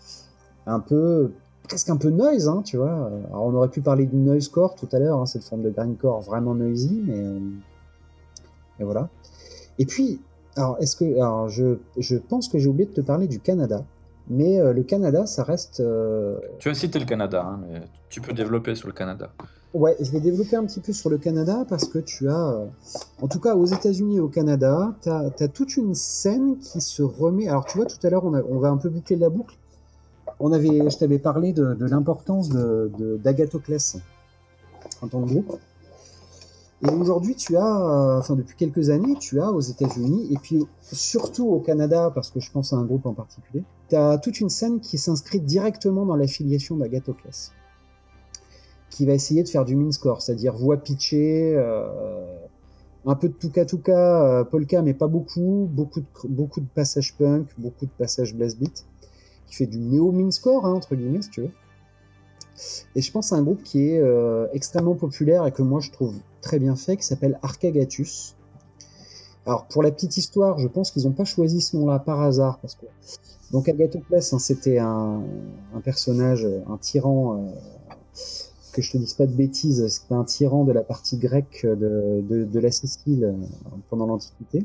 Speaker 3: un peu, presque un peu noise, hein, tu vois. Alors, on aurait pu parler du noisecore tout à l'heure, hein, cette forme de grindcore vraiment noisy, mais euh, et voilà. Et puis, alors, est-ce que, alors, je, je pense que j'ai oublié de te parler du Canada. Mais euh, le Canada, ça reste... Euh...
Speaker 2: Tu as cité le Canada, hein, mais tu peux développer sur le Canada.
Speaker 3: Ouais, je vais développer un petit peu sur le Canada parce que tu as, euh, en tout cas aux États-Unis et au Canada, tu as toute une scène qui se remet. Alors tu vois, tout à l'heure, on, a, on va un peu boucler la boucle. On avait, je t'avais parlé de, de l'importance de, de, d'Agathoclès en tant que groupe. Et aujourd'hui, tu as, euh, enfin depuis quelques années, tu as aux États-Unis et puis surtout au Canada, parce que je pense à un groupe en particulier, tu as toute une scène qui s'inscrit directement dans l'affiliation d'Agathoclès, qui va essayer de faire du mincecore, c'est-à-dire voix pitchée, euh, un peu de tuka-tuka, euh, polka, mais pas beaucoup, beaucoup de, beaucoup de passages punk, beaucoup de passages blast beat, qui fait du néo-mincecore, hein, entre guillemets, si tu veux. Et je pense à un groupe qui est euh, extrêmement populaire et que moi je trouve très bien fait, qui s'appelle Archagatus. Alors pour la petite histoire, je pense qu'ils n'ont pas choisi ce nom-là par hasard, parce que donc Agathoclès, hein, c'était un, un personnage, un tyran, euh, que je te dise pas de bêtises, c'était un tyran de la partie grecque de, de, de la Sicile euh, pendant l'Antiquité.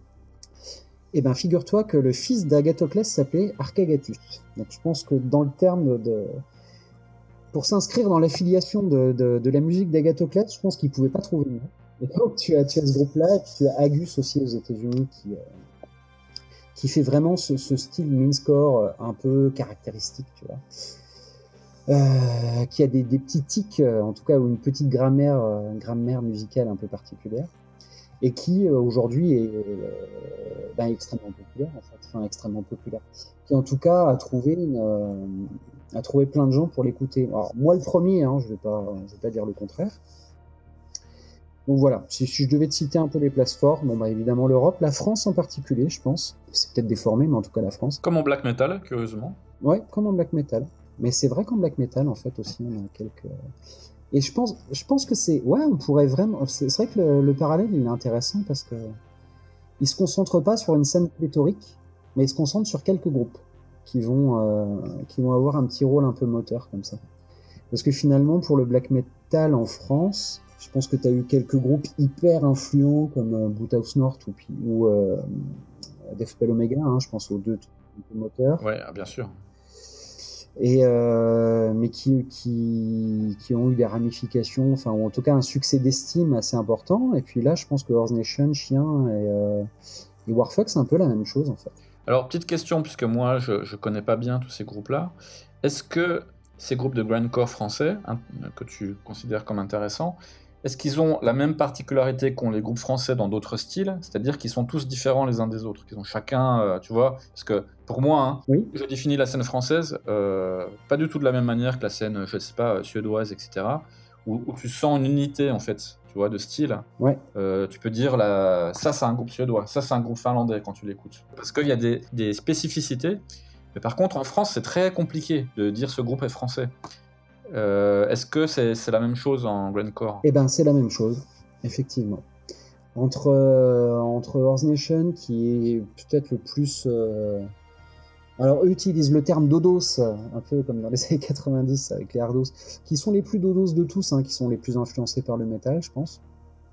Speaker 3: Et ben figure-toi que le fils d'Agathoclès s'appelait Archagatus. Donc je pense que dans le terme de pour s'inscrire dans l'affiliation de, de, de la musique d'Agathoclès, je pense qu'il ne pouvait pas trouver mieux. Et donc, tu as, tu as ce groupe-là, et puis tu as Agus aussi aux États-Unis qui, euh, qui fait vraiment ce, ce style mincecore un peu caractéristique, tu vois. Euh, qui a des, des petits tics, euh, en tout cas, ou une petite grammaire, euh, grammaire musicale un peu particulière, et qui euh, aujourd'hui est euh, ben, extrêmement populaire, en fait, enfin extrêmement populaire, qui en tout cas a trouvé, une, euh, a trouvé plein de gens pour l'écouter. Alors moi le premier, hein, je vais pas, je vais pas dire le contraire. Donc voilà, si, si je devais te citer un peu les places fortes, bon bah évidemment l'Europe, la France en particulier, je pense. C'est peut-être déformé, mais en tout cas la France.
Speaker 2: Comme en black metal, curieusement.
Speaker 3: Ouais, comme en black metal. Mais c'est vrai qu'en black metal, en fait, aussi, on a quelques. Et je pense, je pense que c'est. Ouais, on pourrait vraiment. C'est c'est vrai que le, le parallèle, il est intéressant parce que. Il se concentre pas sur une scène pléthorique, mais il se concentre sur quelques groupes qui vont, euh, qui vont avoir un petit rôle un peu moteur, comme ça. Parce que finalement, pour le black metal en France, je pense que tu as eu quelques groupes hyper influents comme euh, Boothouse North ou, ou euh, Deathspell Omega, hein, je pense aux deux moteurs.
Speaker 2: Ouais, bien sûr.
Speaker 3: Et euh, mais qui, qui, qui ont eu des ramifications, enfin, ou en tout cas un succès d'estime assez important. Et puis là, je pense que Earth Nation, Chien et, euh, et Warfuck, c'est un peu la même chose, en fait.
Speaker 2: Alors, petite question, puisque moi, je ne connais pas bien tous ces groupes-là. Est-ce que ces groupes de grindcore français, hein, que tu considères comme intéressants, est-ce qu'ils ont la même particularité qu'ont les groupes français dans d'autres styles? C'est-à-dire qu'ils sont tous différents les uns des autres, qu'ils ont chacun, euh, tu vois, parce que pour moi, hein,
Speaker 3: Oui.
Speaker 2: je définis la scène française euh, pas du tout de la même manière que la scène, je ne sais pas, suédoise, et cetera, où, où tu sens une unité, en fait, tu vois, de style.
Speaker 3: Ouais.
Speaker 2: Euh, tu peux dire, la... ça c'est un groupe suédois, ça c'est un groupe finlandais quand tu l'écoutes. Parce qu'il y a des, des spécificités, mais par contre en France c'est très compliqué de dire ce groupe est français. Euh, est-ce que c'est, c'est la même chose en grindcore?
Speaker 3: Eh ben, c'est la même chose, effectivement. Entre, euh, entre Earth Nation, qui est peut-être le plus... Euh... Alors, eux utilisent le terme dodos, un peu comme dans les années quatre-vingt-dix avec les hardos, qui sont les plus dodos de tous, hein, qui sont les plus influencés par le métal, je pense.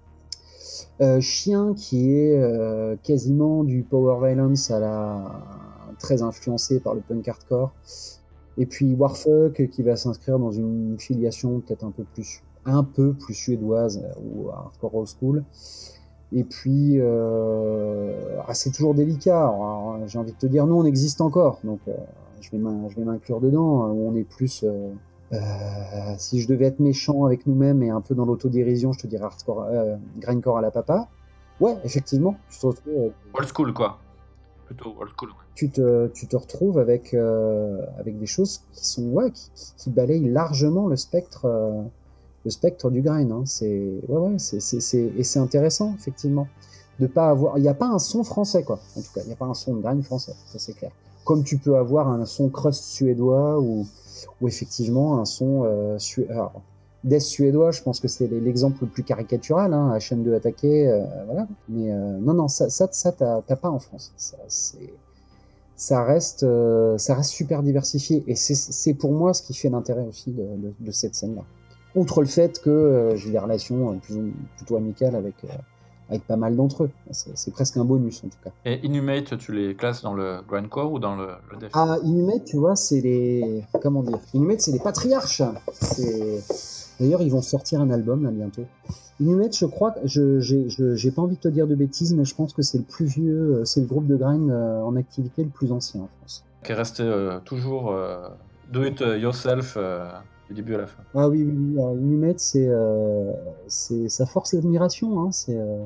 Speaker 3: Euh, Chien, qui est euh, quasiment du power violence à la... très influencé par le punk hardcore. Et puis Warfuck, qui va s'inscrire dans une filiation peut-être un peu plus, un peu plus suédoise ou hardcore old school. Et puis, euh, ah, c'est toujours délicat. Alors, j'ai envie de te dire, nous, on existe encore. Donc, euh, je vais m'in- je vais m'inclure dedans, où on est plus... Euh, euh, si je devais être méchant avec nous-mêmes et un peu dans l'autodérision, je te dirais hardcore, euh, grindcore à la papa. Ouais, effectivement, tu te retrouves... euh,
Speaker 2: Old school quoi. Plutôt old school. Ouais.
Speaker 3: tu te, tu te retrouves avec, euh, avec des choses qui sont ouais, qui, qui balayent largement le spectre, euh, le spectre du grind. Hein. C'est, ouais, ouais, c'est, c'est, c'est, et c'est intéressant, effectivement. De pas avoir, il n'y a pas un son français, quoi. En tout cas, il n'y a pas un son de grind français, ça c'est clair. Comme tu peux avoir un son crust suédois ou, ou effectivement un son euh, sué... Alors, death suédois, je pense que c'est l'exemple le plus caricatural, hein, H M deux attaqué, euh, voilà. Mais euh, non, non, ça, ça, ça t'as, t'as pas en France. Ça, c'est ça reste, euh, ça reste super diversifié. Et c'est, c'est pour moi ce qui fait l'intérêt aussi de, de, de cette scène-là. Outre le fait que euh, j'ai des relations euh, plus, plutôt amicales avec, euh, avec pas mal d'entre eux. C'est, c'est presque un bonus en tout cas.
Speaker 2: Et Inhumate, tu les classes dans le grindcore ou dans le, le death?
Speaker 3: Ah, Inhumate, tu vois, c'est les... Comment dire Inhumate, c'est les patriarches. C'est... D'ailleurs, ils vont sortir un album là bientôt. Inhumate, je crois, je j'ai, je, j'ai pas envie de te dire de bêtises, mais je pense que c'est le plus vieux, c'est le groupe de grind euh, en activité le plus ancien en France.
Speaker 2: Qui est resté euh, toujours euh, do it yourself euh, du début à la fin.
Speaker 3: Ah oui, oui, oui. Alors, Inhumate, c'est, euh, c'est, ça force l'admiration. Hein, c'est, euh...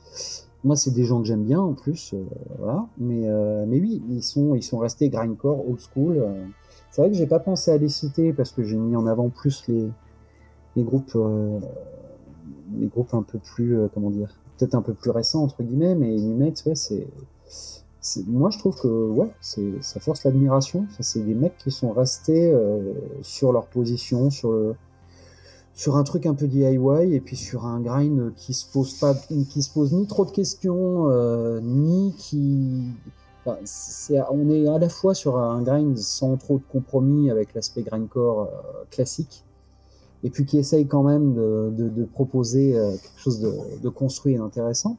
Speaker 3: Moi, c'est des gens que j'aime bien en plus, euh, voilà. Mais, euh, mais oui, ils sont, ils sont restés grindcore, old school. Euh... C'est vrai que j'ai pas pensé à les citer parce que j'ai mis en avant plus les, les groupes, euh, les groupes un peu plus, euh, comment dire, peut-être un peu plus récents entre guillemets. Mais Inhumate, ouais, c'est, c'est, moi, je trouve que ouais, c'est, ça force l'admiration. Enfin, c'est des mecs qui sont restés euh, sur leur position, sur le sur un truc un peu D I Y et puis sur un grind qui se pose pas, qui se pose ni trop de questions, euh, ni qui, enfin, c'est, on est à la fois sur un grind sans trop de compromis avec l'aspect grindcore euh, classique, et puis qui essaye quand même de, de, de proposer euh, quelque chose de, de construit et d'intéressant.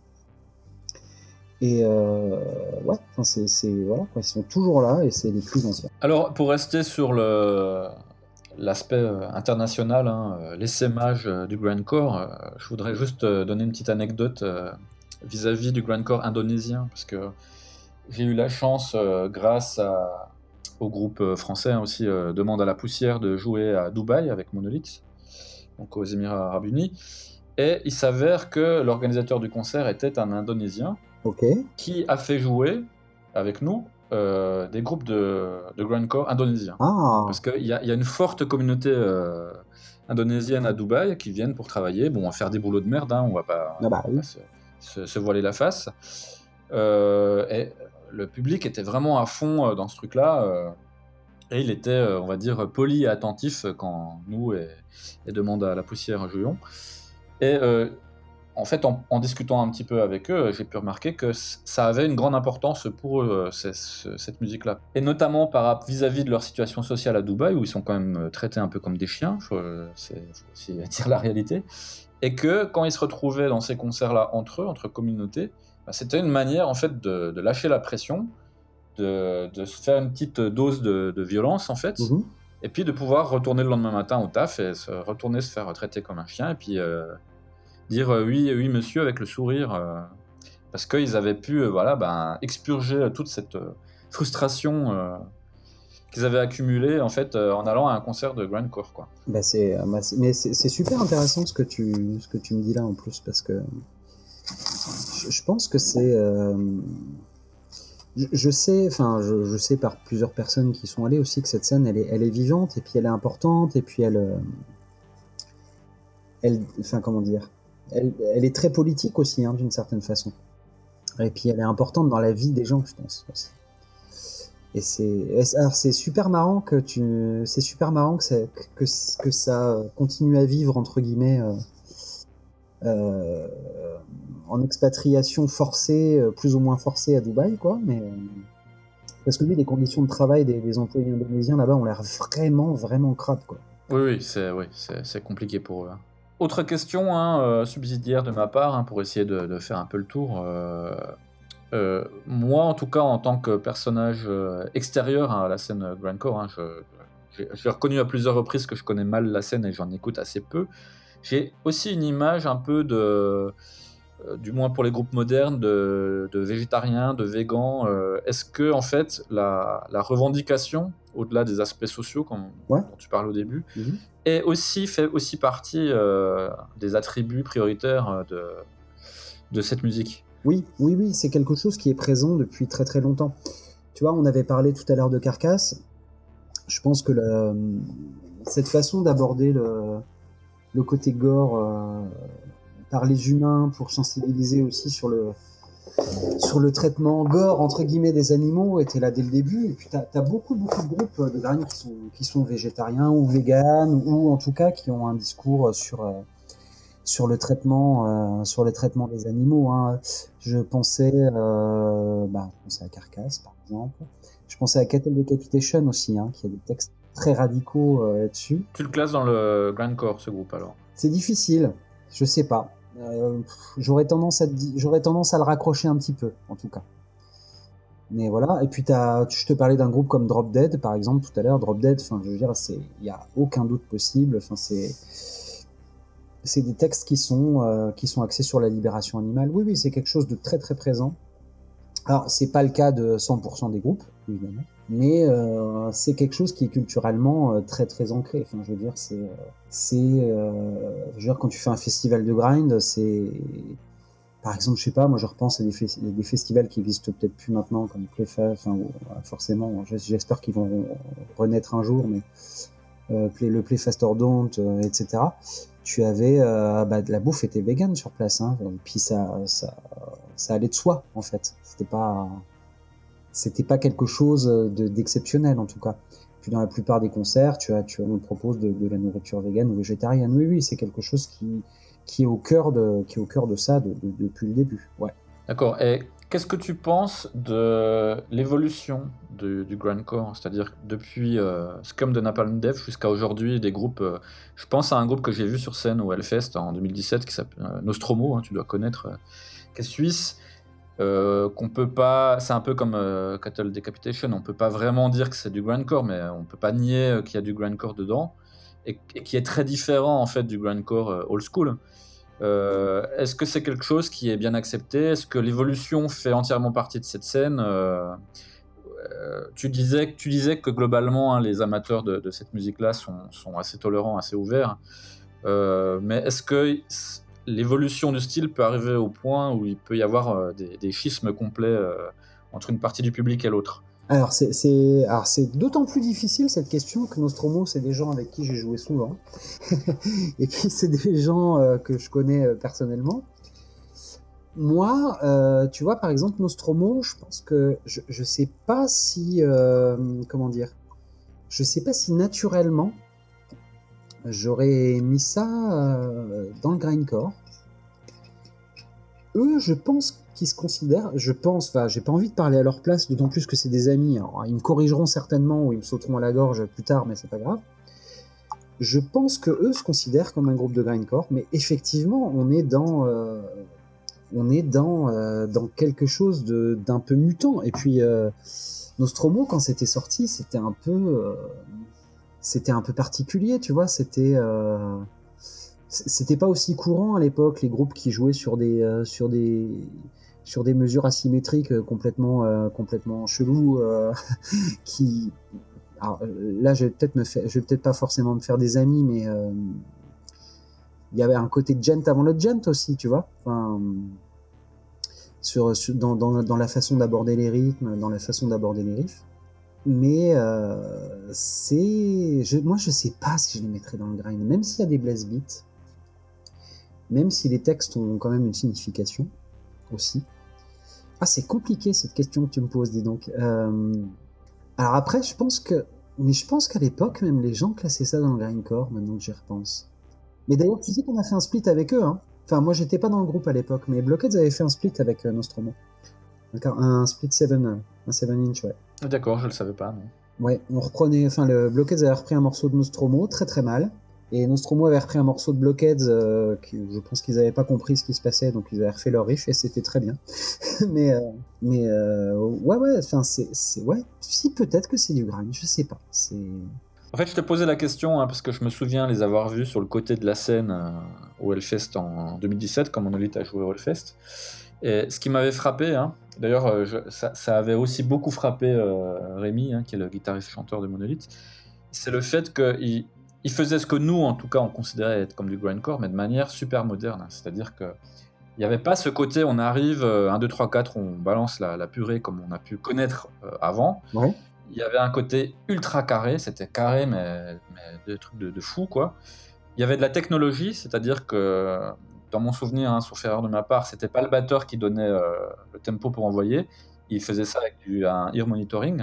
Speaker 3: Et euh, ouais, enfin c'est, c'est voilà, quoi, ils sont toujours là et c'est les plus anciens.
Speaker 2: Alors, pour rester sur le l'aspect euh, international, hein, euh, l'essaimage euh, du grindcore, euh, je voudrais juste euh, donner une petite anecdote euh, vis-à-vis du grindcore indonésien, parce que j'ai eu la chance, euh, grâce à- au groupe euh, français hein, aussi, euh, Demande à la poussière, de jouer à Dubaï avec Monolith, donc aux Émirats Arabes Unis. Et il s'avère que l'organisateur du concert était un Indonésien
Speaker 3: Ok.
Speaker 2: qui a fait jouer avec nous euh, des groupes de, de grindcore indonésiens.
Speaker 3: Ah,
Speaker 2: Parce qu'il y a, il y a une forte communauté euh, indonésienne à Dubaï qui viennent pour travailler, bon, faire des boulots de merde, hein, on va pas,
Speaker 3: ah bah
Speaker 2: on va
Speaker 3: oui.
Speaker 2: pas se, se- se voiler la face. Euh, et le public était vraiment à fond euh, dans ce truc-là. euh, et il était, euh, on va dire, poli et attentif quand nous et, et Demande à la poussière jouions. Et euh, en fait, en, en discutant un petit peu avec eux, j'ai pu remarquer que c- ça avait une grande importance pour eux, euh, c'est- ce- cette musique-là. Et notamment par, rap- vis-à-vis de leur situation sociale à Dubaï, où ils sont quand même euh, traités un peu comme des chiens, faut, euh, c'est, faut aussi dire la réalité. Et que quand ils se retrouvaient dans ces concerts-là entre eux, entre communautés, bah, c'était une manière en fait de, de lâcher la pression, de, de se faire une petite dose de, de violence en fait,
Speaker 3: Mhm.
Speaker 2: et puis de pouvoir retourner le lendemain matin au taf et se, retourner se faire traiter comme un chien, et puis euh, dire euh, oui, oui monsieur avec le sourire, euh, parce qu'ils avaient pu euh, voilà, ben, expurger toute cette euh, frustration euh, qu'ils avaient accumulée en fait euh, en allant à un concert de grindcore quoi.
Speaker 3: Bah c'est, euh, bah, c'est- mais c'est c'est super intéressant ce que tu ce que tu me dis là en plus parce que je, je pense que c'est euh, je, je sais enfin je, je sais par plusieurs personnes qui sont allées aussi que cette scène elle est elle est vivante et puis elle est importante et puis elle euh, elle enfin comment dire elle, elle est très politique aussi hein, d'une certaine façon et puis elle est importante dans la vie des gens je pense aussi. Et c'est et c'est- alors c'est super marrant que tu c'est super marrant que ça que, que ça continue à vivre entre guillemets euh, euh, en expatriation forcée, euh, plus ou moins forcée à Dubaï, quoi. Mais euh, parce que lui, les conditions de travail des, des employés indonésiens là-bas ont l'air vraiment, vraiment crades, quoi.
Speaker 2: Oui, oui, c'est oui, c'est, c'est compliqué pour eux, hein. Autre question hein, euh, subsidiaire de ma part, hein, pour essayer de, de faire un peu le tour. euh, euh, moi, en tout cas, en tant que personnage euh, extérieur hein, à la scène euh, grindcore, hein, je, j'ai, j'ai reconnu à plusieurs reprises que je connais mal la scène et j'en écoute assez peu. J'ai aussi une image un peu de, euh, du moins pour les groupes modernes, de, de végétariens, de végans. Euh, est-ce que en fait la, la revendication, au-delà des aspects sociaux comme,
Speaker 3: Ouais.
Speaker 2: dont tu parles au début,
Speaker 3: Mhm.
Speaker 2: est aussi fait aussi partie euh, des attributs prioritaires euh, de, de cette musique?
Speaker 3: Oui, oui, oui, c'est quelque chose qui est présent depuis très très longtemps. Tu vois, on avait parlé tout à l'heure de Carcasse. Je pense que le, cette façon d'aborder le, le côté gore euh, par les humains pour sensibiliser aussi sur le, sur le traitement gore entre guillemets des animaux était là dès le début. Et puis t'as as beaucoup beaucoup de groupes de grind qui sont qui sont végétariens ou véganes ou en tout cas qui ont un discours sur euh, sur le traitement euh, sur le traitement des animaux. Hein. Je pensais euh, bah, je pensais à Carcasse par exemple. Je pensais à Cattle Decapitation aussi, hein, qui a des textes très radicaux euh, là-dessus.
Speaker 2: Tu le classes dans le grindcore, ce groupe alors?
Speaker 3: C'est difficile, je sais pas. Euh, j'aurais tendance à te di- j'aurais tendance à le raccrocher un petit peu, en tout cas. Mais voilà. Et puis t'as, je te parlais d'un groupe comme Drop Dead, par exemple, tout à l'heure. Drop Dead, enfin, je veux dire, c'est, il y a aucun doute possible. Enfin, c'est, c'est des textes qui sont, euh, qui sont axés sur la libération animale. Oui, oui, c'est quelque chose de très, très présent. Alors, c'est pas le cas de cent pour cent des groupes, évidemment. Mais euh, c'est quelque chose qui est culturellement euh, très, très ancré. Enfin, je veux dire, c'est, euh, c'est, euh, je veux dire, quand tu fais un festival de grind, c'est, par exemple, je sais pas, moi je repense à des, fes- des festivals qui existent peut-être plus maintenant, comme Playfest, enfin ou- forcément, j'espère qu'ils vont renaître un jour, mais euh, Play- le Playfest or Don't, euh, et cetera. Tu avais, euh, bah, de la bouffe était vegan sur place, hein, et puis ça, ça, ça allait de soi en fait. C'était pas, c'était pas quelque chose de- d'exceptionnel en tout cas. Puis dans la plupart des concerts, tu as, tu, on propose de, de la nourriture végane ou végétarienne. Oui, oui, c'est quelque chose qui, qui est au cœur de, qui est au cœur de ça de, de- depuis le début. Ouais.
Speaker 2: D'accord. Et qu'est-ce que tu penses de l'évolution du, du grindcore? C'est-à-dire depuis euh, Scum de Napalm Death jusqu'à aujourd'hui, des groupes. euh, je pense à un groupe que j'ai vu sur scène au Hellfest en deux mille dix-sept qui s'appelle euh, Nostromo, hein, tu dois connaître, euh, qui est suisse. euh, qu'on peut pas. C'est un peu comme euh, Cattle Decapitation. On peut pas vraiment dire que c'est du grindcore, mais on peut pas nier euh, qu'il y a du grindcore dedans. et, et qui est très différent en fait du grindcore euh, old school. Euh, est-ce que c'est quelque chose qui est bien accepté? Est-ce que l'évolution fait entièrement partie de cette scène? euh, euh, tu, disais, tu disais que globalement, hein, les amateurs de, de cette musique-là sont, sont assez tolérants, assez ouverts. Euh, mais est-ce que l'évolution du style peut arriver au point où il peut y avoir euh, des, des schismes complets euh, entre une partie du public et l'autre?
Speaker 3: Alors c'est, c'est, alors c'est d'autant plus difficile cette question que Nostromo, c'est des gens avec qui j'ai joué souvent. Et puis c'est des gens euh, que je connais euh, personnellement. Moi, euh, tu vois, par exemple, Nostromo, je pense que je, je sais pas si, euh, comment dire, je sais pas si naturellement j'aurais mis ça euh, dans le grindcore. Eux, je pense qu'ils se considèrent, je pense, enfin, j'ai pas envie de parler à leur place, d'autant plus que c'est des amis. Alors, ils me corrigeront certainement ou ils me sauteront à la gorge plus tard, mais c'est pas grave. Je pense que eux se considèrent comme un groupe de grindcore, mais effectivement, on est dans, euh, on est dans, euh, dans quelque chose de, d'un peu mutant. Et puis, euh, Nostromo, quand c'était sorti, c'était un peu, euh, c'était un peu particulier, tu vois. C'était, euh, c'était pas aussi courant à l'époque, les groupes qui jouaient sur des, euh, sur des, sur des mesures asymétriques euh, complètement, euh, complètement cheloues, euh, qui, alors, là, je vais peut-être me faire, je vais peut-être pas forcément me faire des amis, mais euh, il y avait un côté gent avant le gent aussi, tu vois. Enfin, sur, sur dans, dans, dans la façon d'aborder les rythmes, dans la façon d'aborder les riffs. Mais euh, c'est, je, moi, je sais pas si je les mettrais dans le grind, même s'il y a des blast beats, même si les textes ont quand même une signification aussi. Ah, c'est compliqué cette question que tu me poses, dis donc. Euh, alors après, je pense que, mais je pense qu'à l'époque, même les gens classaient ça dans le grindcore, maintenant que j'y repense. Mais d'ailleurs, tu sais qu'on a fait un split avec eux, hein. Enfin, moi, j'étais pas dans le groupe à l'époque, mais Blockheads avait fait un split avec euh, Nostromo. Un, un split sept, un sept inch, ouais.
Speaker 2: D'accord, je le savais pas, non.
Speaker 3: Ouais, on reprenait, enfin, le Blockheads avait repris un morceau de Nostromo, très très mal. Et Nostromo avait repris un morceau de Blockheads, euh, qui, je pense qu'ils avaient pas compris ce qui se passait, donc ils avaient refait leur riff et c'était très bien. mais, euh, mais, euh, ouais, ouais, enfin, c'est, c'est, ouais, si, peut-être que c'est du grind, je sais pas. C'est...
Speaker 2: En fait, je te posais la question hein, parce que je me souviens les avoir vus sur le côté de la scène euh, au Hellfest en deux mille dix-sept, quand Monolith a joué au Hellfest. Et ce qui m'avait frappé, hein, d'ailleurs, euh, je, ça, ça avait aussi beaucoup frappé euh, Rémi, hein, qui est le guitariste-chanteur de Monolith, c'est le fait qu'il il faisait ce que nous, en tout cas, on considérait être comme du grindcore, mais de manière super moderne. C'est-à-dire que il n'y avait pas ce côté, on arrive, euh, un, deux, trois, quatre, on balance la, la purée comme on a pu connaître euh, avant.
Speaker 3: Ouais.
Speaker 2: Il y avait un côté ultra carré, c'était carré, mais, mais des trucs de, de fou, quoi. Il y avait de la technologie, c'est-à-dire que, dans mon souvenir, hein, sauf erreur de ma part, c'était pas le batteur qui donnait euh, le tempo pour envoyer, il faisait ça avec du, un ear monitoring.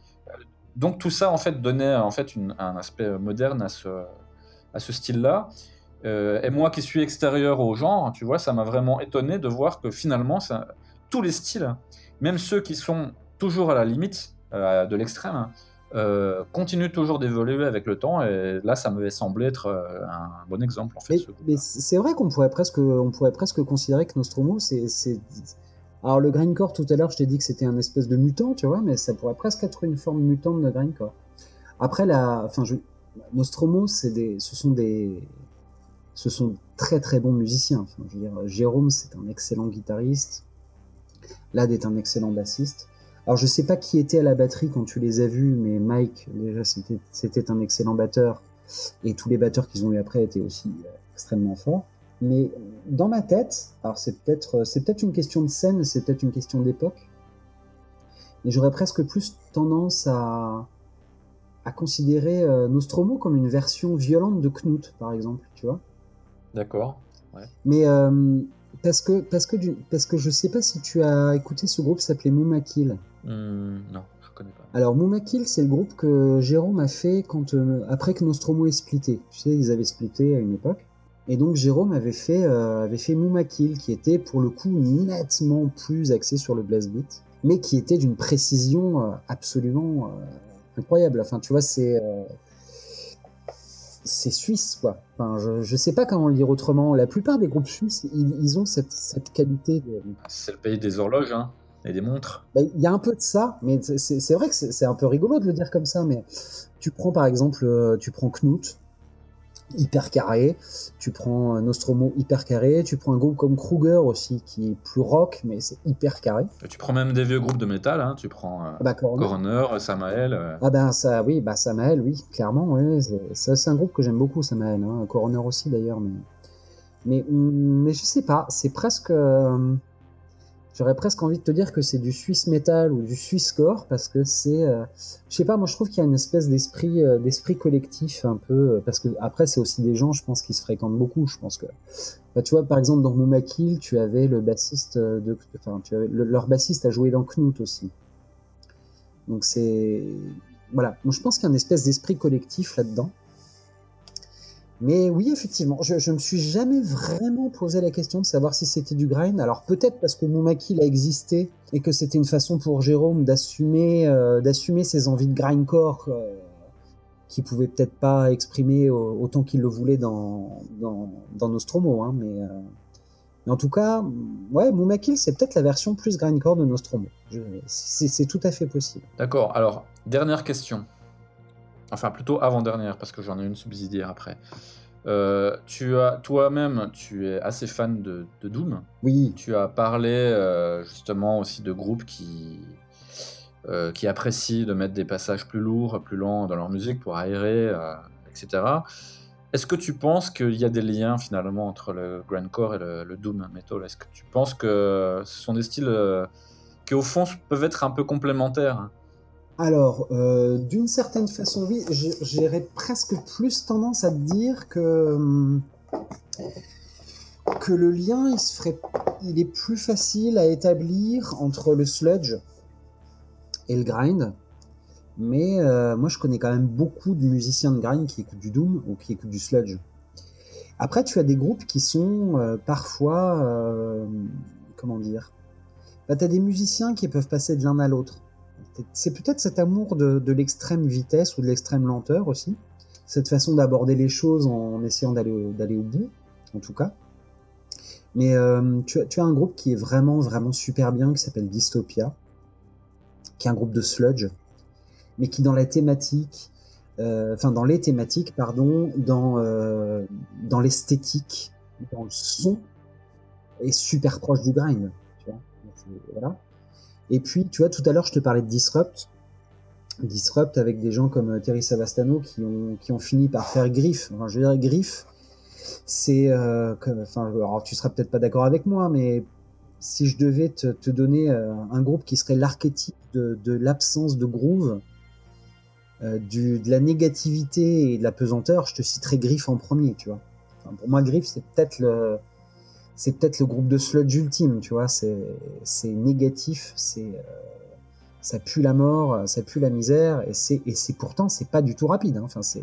Speaker 2: Donc tout ça, en fait, donnait en fait, une, un aspect moderne à ce, à ce style-là. Euh, et moi qui suis extérieur au genre, tu vois, ça m'a vraiment étonné de voir que finalement, ça, tous les styles, même ceux qui sont toujours à la limite euh, de l'extrême, euh, continuent toujours d'évoluer avec le temps. Et là, ça m'avait semblé être euh, un bon exemple, en fait.
Speaker 3: Mais,
Speaker 2: ce
Speaker 3: mais c'est vrai qu'on pourrait presque, on pourrait presque considérer que Nostromo, c'est, c'est... Alors le grindcore, tout à l'heure, je t'ai dit que c'était un espèce de mutant, tu vois, mais ça pourrait presque être une forme mutante de grindcore. Après, la... enfin, je... Nostromo, c'est des... ce sont des... Ce sont très très bons musiciens. Enfin, je veux dire, Jérôme, c'est un excellent guitariste. Lad est un excellent bassiste. Alors, je sais pas qui était à la batterie quand tu les as vus, mais Mike, déjà, c'était, c'était un excellent batteur. Et tous les batteurs qu'ils ont eu après étaient aussi euh, extrêmement forts. Mais dans ma tête, alors c'est peut-être, c'est peut-être une question de scène, c'est peut-être une question d'époque, mais j'aurais presque plus tendance à, à considérer euh, Nostromo comme une version violente de Knut, par exemple, tu vois.
Speaker 2: D'accord. Ouais.
Speaker 3: Mais euh, parce que parce que du, parce que je sais pas si tu as écouté ce groupe, s'appelait Moumakil.
Speaker 2: Mmh, non, je connais pas.
Speaker 3: Alors Moumakil, c'est le groupe que Jérôme a fait quand euh, après que Nostromo ait splitté. Tu sais, ils avaient splitté à une époque. Et donc Jérôme avait fait euh, avait fait Moumakil, qui était pour le coup nettement plus axé sur le blast beat, mais qui était d'une précision euh, absolument euh, incroyable. Enfin, tu vois, c'est euh, c'est suisse, quoi. Enfin, je, je sais pas comment le dire autrement. La plupart des groupes suisses, ils, ils ont cette, cette qualité de...
Speaker 2: C'est le pays des horloges, hein, et des montres.
Speaker 3: Il bah, y a un peu de ça, mais c'est, c'est vrai que c'est, c'est un peu rigolo de le dire comme ça, mais tu prends par exemple, tu prends Knut, hyper carré. Tu prends Nostromo, hyper carré. Tu prends un groupe comme Kruger aussi, qui est plus rock, mais c'est hyper carré.
Speaker 2: Et tu prends même des vieux groupes de métal, hein. Tu prends euh,
Speaker 3: Ah bah, Coroner.
Speaker 2: Coroner, Samael. Euh...
Speaker 3: Ah ben ça, oui, bah Samael, oui, clairement, oui, c'est, c'est, c'est un groupe que j'aime beaucoup, Samael, hein. Coroner aussi d'ailleurs, mais, mais, mais je sais pas, c'est presque, euh, j'aurais presque envie de te dire que c'est du Swiss metal ou du Swisscore, parce que c'est, euh, je sais pas, moi je trouve qu'il y a une espèce d'esprit, euh, d'esprit collectif un peu, euh, parce que après c'est aussi des gens, je pense, qui se fréquentent beaucoup, je pense que, bah, tu vois, par exemple dans Moumakil, tu avais le bassiste de, enfin, tu avais, le, leur bassiste a joué dans Knut aussi. Donc c'est... Voilà, moi je pense qu'il y a une espèce d'esprit collectif là-dedans. Mais oui, effectivement, je, je me suis jamais vraiment posé la question de savoir si c'était du grind. Alors peut-être parce que Moumakil a existé et que c'était une façon pour Jérôme d'assumer, euh, d'assumer ses envies de grindcore euh, qu'il pouvait peut-être pas exprimer autant qu'il le voulait dans, dans, dans Nostromo. Hein, mais, euh, mais en tout cas, ouais, Moumakil, c'est peut-être la version plus grindcore de Nostromo. Je, c'est, c'est tout à fait possible.
Speaker 2: D'accord, alors, dernière question. Enfin, plutôt avant-dernière, parce que j'en ai une subsidiaire après. Euh, tu as, toi-même, tu es assez fan de, de Doom.
Speaker 3: Oui.
Speaker 2: Tu as parlé euh, justement aussi de groupes qui, euh, qui apprécient de mettre des passages plus lourds, plus lents dans leur musique pour aérer, euh, et cetera. Est-ce que tu penses qu'il y a des liens finalement entre le grindcore et le, le Doom metal ? Est-ce que tu penses que ce sont des styles euh, qui au fond peuvent être un peu complémentaires ?
Speaker 3: Alors, euh, d'une certaine façon, oui, j'aurais presque plus tendance à te dire que, que le lien, il, se ferait, il est plus facile à établir entre le sludge et le grind. Mais euh, moi, je connais quand même beaucoup de musiciens de grind qui écoutent du Doom ou qui écoutent du sludge. Après, tu as des groupes qui sont euh, parfois... Euh, comment dire bah, tu as des musiciens qui peuvent passer de l'un à l'autre. C'est peut-être cet amour de, de l'extrême vitesse ou de l'extrême lenteur aussi, cette façon d'aborder les choses en essayant d'aller au, d'aller au bout, en tout cas. Mais euh, tu, as, tu as un groupe qui est vraiment, vraiment super bien, qui s'appelle Dystopia, qui est un groupe de sludge, mais qui dans la thématique, euh, enfin dans les thématiques, pardon, dans, euh, dans l'esthétique, dans le son, est super proche du grind. Tu vois, voilà. Et puis, tu vois, tout à l'heure, je te parlais de Disrupt. Disrupt avec des gens comme Terry Savastano qui ont, qui ont fini par faire Griff. Enfin, je veux dire, Griff, c'est... Euh, comme, enfin, alors, tu seras peut-être pas d'accord avec moi, mais si je devais te, te donner euh, un groupe qui serait l'archétype de, de l'absence de groove, euh, du, de la négativité et de la pesanteur, je te citerais Griff en premier, tu vois. Enfin, pour moi, Griff, c'est peut-être le... c'est peut-être le groupe de sludge ultime, tu vois, c'est, c'est négatif, c'est, euh, ça pue la mort, ça pue la misère, et c'est, et c'est pourtant, c'est pas du tout rapide, hein. Enfin, c'est,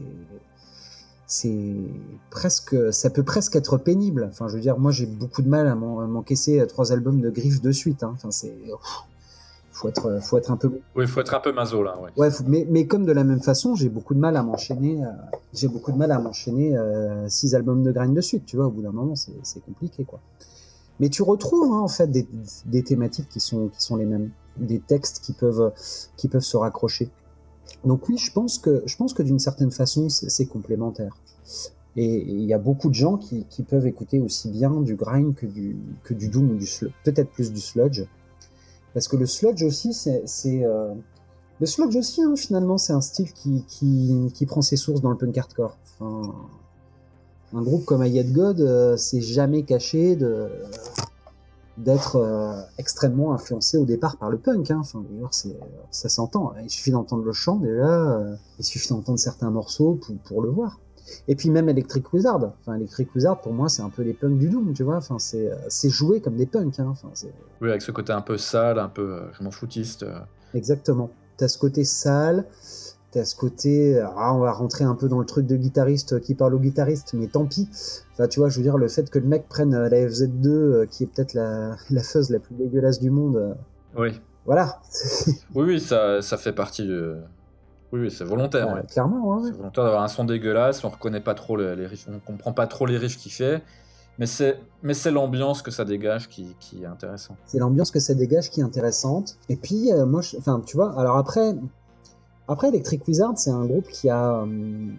Speaker 3: c'est presque, ça peut presque être pénible, enfin, je veux dire, moi, j'ai beaucoup de mal à, m'en, à m'encaisser trois albums de Griff de suite, hein. Enfin, c'est, faut être, faut être un peu...
Speaker 2: Oui, il faut être un peu maso, là, ouais.
Speaker 3: Ouais, faut, mais, mais comme de la même façon, j'ai beaucoup de mal à m'enchaîner, euh, j'ai beaucoup de mal à m'enchaîner euh, six albums de grind de suite, tu vois, au bout d'un moment, c'est, c'est compliqué, quoi. Mais tu retrouves, hein, en fait, des, des thématiques qui sont, qui sont les mêmes, des textes qui peuvent, qui peuvent se raccrocher. Donc oui, je pense que, je pense que d'une certaine façon, c'est, c'est complémentaire. Et il y a beaucoup de gens qui, qui peuvent écouter aussi bien du grind que du, que du doom ou du sludge, peut-être plus du sludge. Parce que le sludge aussi, c'est... c'est euh... Le sludge aussi, hein, finalement, c'est un style qui, qui, qui prend ses sources dans le punk hardcore. Enfin, un groupe comme Ayat God euh, s'est jamais caché de, d'être euh, extrêmement influencé au départ par le punk. Hein. Enfin, d'ailleurs, c'est, ça s'entend. Il suffit d'entendre le chant, déjà. Euh, il suffit d'entendre certains morceaux pour, pour le voir. Et puis même Electric Wizard. Enfin, Electric Wizard, pour moi, c'est un peu les punks du doom, tu vois. Enfin, c'est, c'est joué comme des punks. Hein. Enfin, c'est...
Speaker 2: Oui, avec ce côté un peu sale, un peu euh, je m'en foutiste. Euh.
Speaker 3: Exactement. T'as ce côté sale, t'as ce côté... Ah, on va rentrer un peu dans le truc de guitariste qui parle au guitariste, mais tant pis. Enfin, tu vois, je veux dire, le fait que le mec prenne la F Z deux, qui est peut-être la, la fuzz la plus dégueulasse du monde...
Speaker 2: Oui.
Speaker 3: Voilà.
Speaker 2: oui, oui, ça, ça fait partie de... Oui, oui, c'est volontaire.
Speaker 3: Ah,
Speaker 2: ouais.
Speaker 3: Clairement, ouais.
Speaker 2: C'est volontaire d'avoir un son dégueulasse, on reconnaît pas trop les, les riffs, on comprend pas trop les riffs qu'il fait, mais c'est, mais c'est l'ambiance que ça dégage qui, qui est intéressant.
Speaker 3: C'est l'ambiance que ça dégage qui est intéressante. Et puis, euh, moi, je, enfin, tu vois, alors après, après Electric Wizard, c'est un groupe qui a, hum,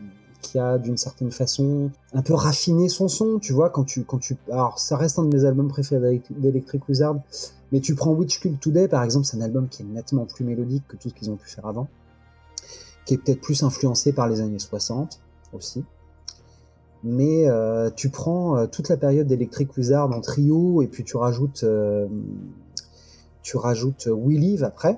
Speaker 3: qui a d'une certaine façon un peu raffiné son son, tu vois, quand tu, quand tu, alors ça reste un de mes albums préférés d'Electric Wizard, mais tu prends Witch Cult Today par exemple, c'est un album qui est nettement plus mélodique que tout ce qu'ils ont pu faire avant, qui est peut-être plus influencé par les années soixante aussi. Mais euh, tu prends euh, toute la période d'Electric Wizard en trio et puis tu rajoutes, euh, tu rajoutes We Live après.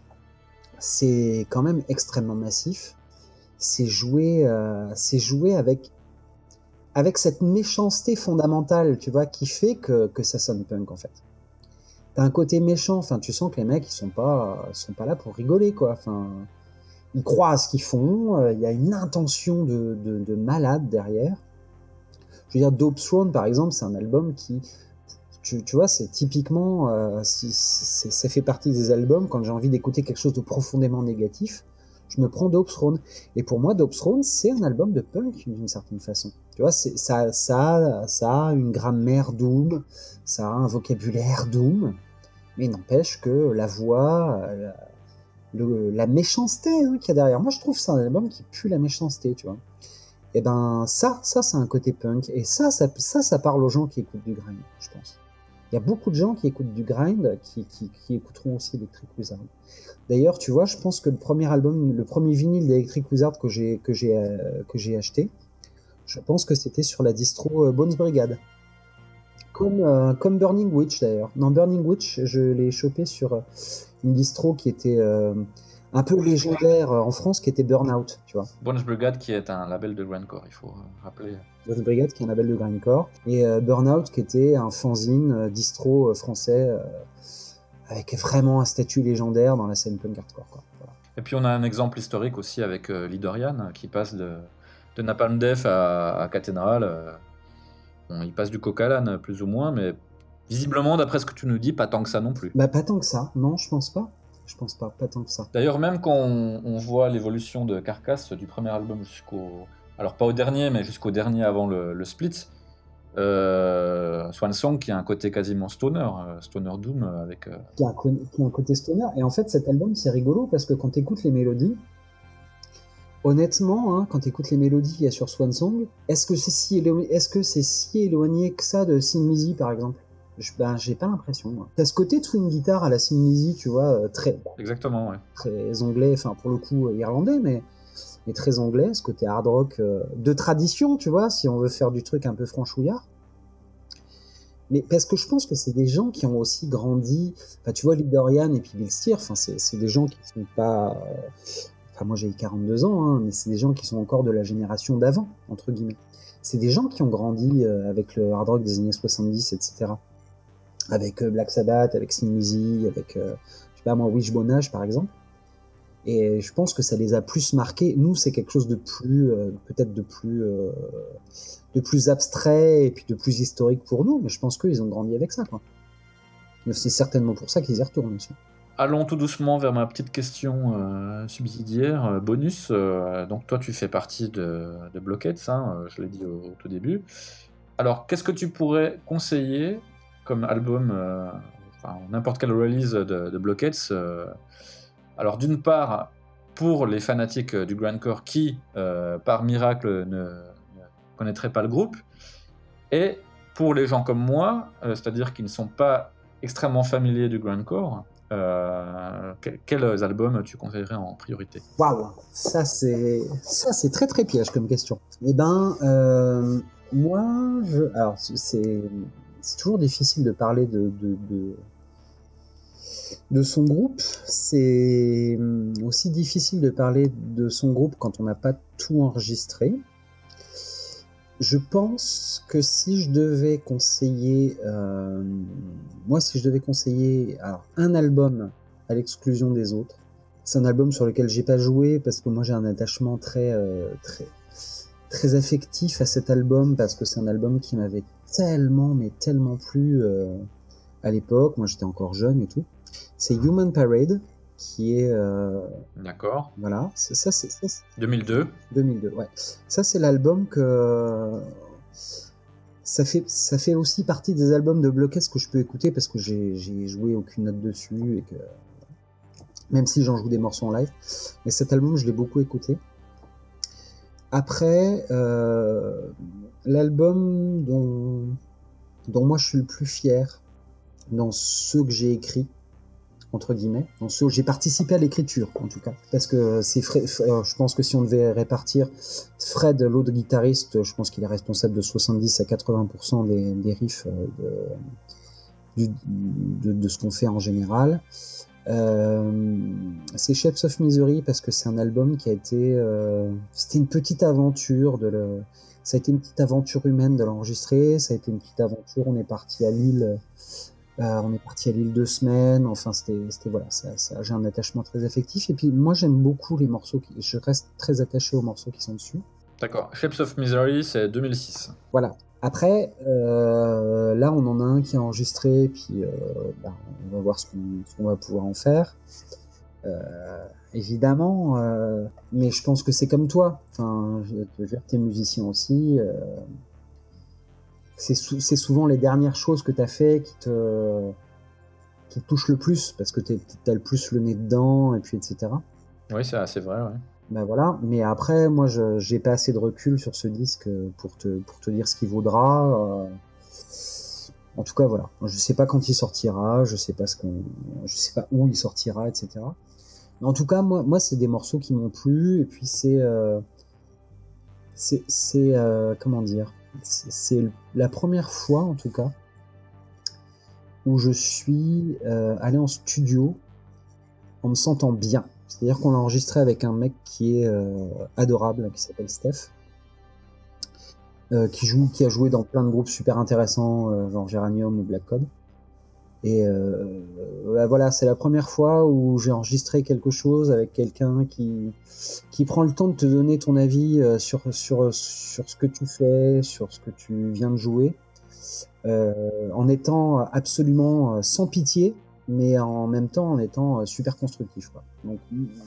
Speaker 3: C'est quand même extrêmement massif. C'est joué, euh, c'est joué avec avec cette méchanceté fondamentale, tu vois, qui fait que que ça sonne punk en fait. T'as un côté méchant. Enfin, tu sens que les mecs ils sont pas ils sont pas là pour rigoler quoi. Enfin, ils croient à ce qu'ils font. Il euh, y a une intention de de, de malade derrière. Je veux dire, Dope Throne, par exemple, c'est un album qui, tu, tu vois, c'est typiquement, euh, si, c'est, ça fait partie des albums, quand j'ai envie d'écouter quelque chose de profondément négatif, je me prends Dope Throne. Et pour moi, Dope Throne, c'est un album de punk, d'une certaine façon. Tu vois, c'est, ça, ça, ça a une grammaire doom, ça a un vocabulaire doom, mais il n'empêche que la voix, la, le, la méchanceté hein, qu'il y a derrière. Moi, je trouve que c'est un album qui pue la méchanceté, tu vois. Et ben ça, ça c'est un côté punk, et ça, ça, ça, ça parle aux gens qui écoutent du grind, je pense. Il y a beaucoup de gens qui écoutent du grind, qui, qui, qui écouteront aussi Electric Wizard. D'ailleurs, tu vois, je pense que le premier album, le premier vinyle d'Electric Wizard que j'ai, que j'ai, euh, que j'ai acheté, je pense que c'était sur la distro euh, Bones Brigade. Comme, euh, comme Burning Witch d'ailleurs. Non, Burning Witch, je l'ai chopé sur euh, une distro qui était euh, un peu légendaire en France, qui était Burnout, tu vois.
Speaker 2: Bones Brigade, qui est un label de grindcore, il faut euh, rappeler.
Speaker 3: Bones Brigade, qui est un label de grindcore, et euh, Burnout, qui était un fanzine euh, distro euh, français euh, avec vraiment un statut légendaire dans la scène punk hardcore, quoi. Voilà.
Speaker 2: Et puis on a un exemple historique aussi avec euh, Lidorian, qui passe de, de Napalm Death à, à Cathedral. Euh, bon, il passe du coq à l'âne, plus ou moins, mais visiblement, d'après ce que tu nous dis, pas tant que ça non plus.
Speaker 3: Bah pas tant que ça, non, je pense pas. Je pense pas, pas tant que ça.
Speaker 2: D'ailleurs, même quand on, on voit l'évolution de Carcass du premier album jusqu'au... Alors pas au dernier, mais jusqu'au dernier avant le, le split, euh, Swan Song qui a un côté quasiment stoner, euh, stoner doom avec... Euh...
Speaker 3: Qui, a un, qui a un côté stoner, et en fait cet album c'est rigolo parce que quand tu écoutes les mélodies, honnêtement, hein, quand tu écoutes les mélodies qu'il y a sur Swan Song, est-ce que c'est si, élo... est-ce que c'est si éloigné que ça de Sin Lizzy par exemple? Je, ben, j'ai pas l'impression. Moi. T'as ce côté twin guitar à la Sin Lizzy, tu vois, euh, très...
Speaker 2: Exactement, ouais.
Speaker 3: Très anglais, enfin pour le coup euh, irlandais, mais, mais très anglais, ce côté hard rock euh, de tradition, tu vois, si on veut faire du truc un peu franchouillard. Mais parce que je pense que c'est des gens qui ont aussi grandi, enfin tu vois, Lidorian et puis Bill Steer, enfin c'est, c'est des gens qui sont pas... Euh... Enfin moi j'ai quarante-deux ans, hein, mais c'est des gens qui sont encore de la génération d'avant, entre guillemets. C'est des gens qui ont grandi euh, avec le hard rock des années soixante-dix, et cetera. Avec euh, Black Sabbath, avec Sin Lizzy, avec, euh, je sais pas moi, Wishbone Ash par exemple. Et je pense que ça les a plus marqués. Nous, c'est quelque chose de plus, euh, peut-être de plus, euh, de plus abstrait et puis de plus historique pour nous. Mais je pense qu'ils ont grandi avec ça, quoi. Mais c'est certainement pour ça qu'ils y retournent aussi.
Speaker 2: Allons tout doucement vers ma petite question euh, subsidiaire, euh, bonus. Euh, donc toi, tu fais partie de, de Blockheads, hein, euh, je l'ai dit au, au tout début. Alors, qu'est-ce que tu pourrais conseiller comme album, euh, enfin n'importe quelle release de, de Blockheads euh, alors d'une part, pour les fanatiques du grindcore qui, euh, par miracle, ne, ne connaîtraient pas le groupe, et pour les gens comme moi, euh, c'est-à-dire qui ne sont pas extrêmement familiers du grindcore, euh, quels, quels albums tu conseillerais en priorité?
Speaker 3: Waouh, ça c'est ça c'est très très piège comme question. Eh ben, euh, moi, je, alors c'est c'est toujours difficile de parler de de, de de son groupe. C'est aussi difficile de parler de son groupe quand on n'a pas tout enregistré. Je pense que si je devais conseiller, euh, moi si je devais conseiller alors, un album à l'exclusion des autres, c'est un album sur lequel j'ai pas joué parce que moi j'ai un attachement très euh, très très affectif à cet album parce que c'est un album qui m'avait tellement mais tellement plu euh, à l'époque. Moi j'étais encore jeune et tout. C'est Human Parade qui est euh,
Speaker 2: d'accord.
Speaker 3: Voilà, c'est, ça c'est, ça c'est
Speaker 2: deux mille deux.
Speaker 3: deux mille deux, ouais. Ça c'est l'album que ça fait ça fait aussi partie des albums de Blockheads que je peux écouter parce que j'ai j'ai joué aucune note dessus et que même si j'en joue des morceaux en live, mais cet album je l'ai beaucoup écouté. après, euh, l'album dont, dont moi je suis le plus fier, dans ceux que j'ai écrits, entre guillemets, dans ceux où j'ai participé à l'écriture, en tout cas. Parce que c'est Fred, je pense que si on devait répartir, Fred, l'autre guitariste, je pense qu'il est responsable de soixante-dix à quatre-vingts pour cent des, des riffs de, du, de, de ce qu'on fait en général. Euh, c'est Shapes of Misery parce que c'est un album qui a été, euh, c'était une petite aventure de le, ça a été une petite aventure humaine de l'enregistrer, ça a été une petite aventure, on est parti à Lille. Euh, on est parti à Lille deux semaines, enfin c'était, c'était voilà, ça, ça, j'ai un attachement très affectif. Et puis moi j'aime beaucoup les morceaux, qui, je reste très attaché aux morceaux qui sont dessus.
Speaker 2: D'accord, Shapes of Misery c'est deux mille six.
Speaker 3: Voilà. Après, euh, là on en a un qui est enregistré, puis euh, bah, on va voir ce qu'on, ce qu'on va pouvoir en faire. Euh, évidemment, euh, mais je pense que c'est comme toi. Enfin, je veux dire, t'es musicien aussi. Euh, C'est, sou- c'est souvent les dernières choses que tu as fait qui te, qui te touchent le plus, parce que tu as le plus le nez dedans, et puis et cetera.
Speaker 2: Oui, c'est assez vrai, ouais.
Speaker 3: Ben voilà. Mais après, moi, je j'ai pas assez de recul sur ce disque pour te, pour te dire ce qu'il vaudra. Euh, en tout cas, voilà. Je sais pas quand il sortira, je sais pas ce qu'on, je sais pas où il sortira, et cetera. Mais en tout cas, moi, moi c'est des morceaux qui m'ont plu, et puis c'est, euh, c'est, c'est euh, comment dire, c'est, c'est la première fois, en tout cas, où je suis euh, allé en studio en me sentant bien. C'est-à-dire qu'on a enregistré avec un mec qui est euh, adorable, qui s'appelle Steph, euh, qui, joue, qui a joué dans plein de groupes super intéressants, euh, genre Geranium ou Black Code. Et euh, bah voilà, c'est la première fois où j'ai enregistré quelque chose avec quelqu'un qui, qui prend le temps de te donner ton avis euh, sur, sur, sur ce que tu fais, sur ce que tu viens de jouer. Euh, en étant absolument sans pitié, mais en même temps en étant super constructif, quoi. Donc,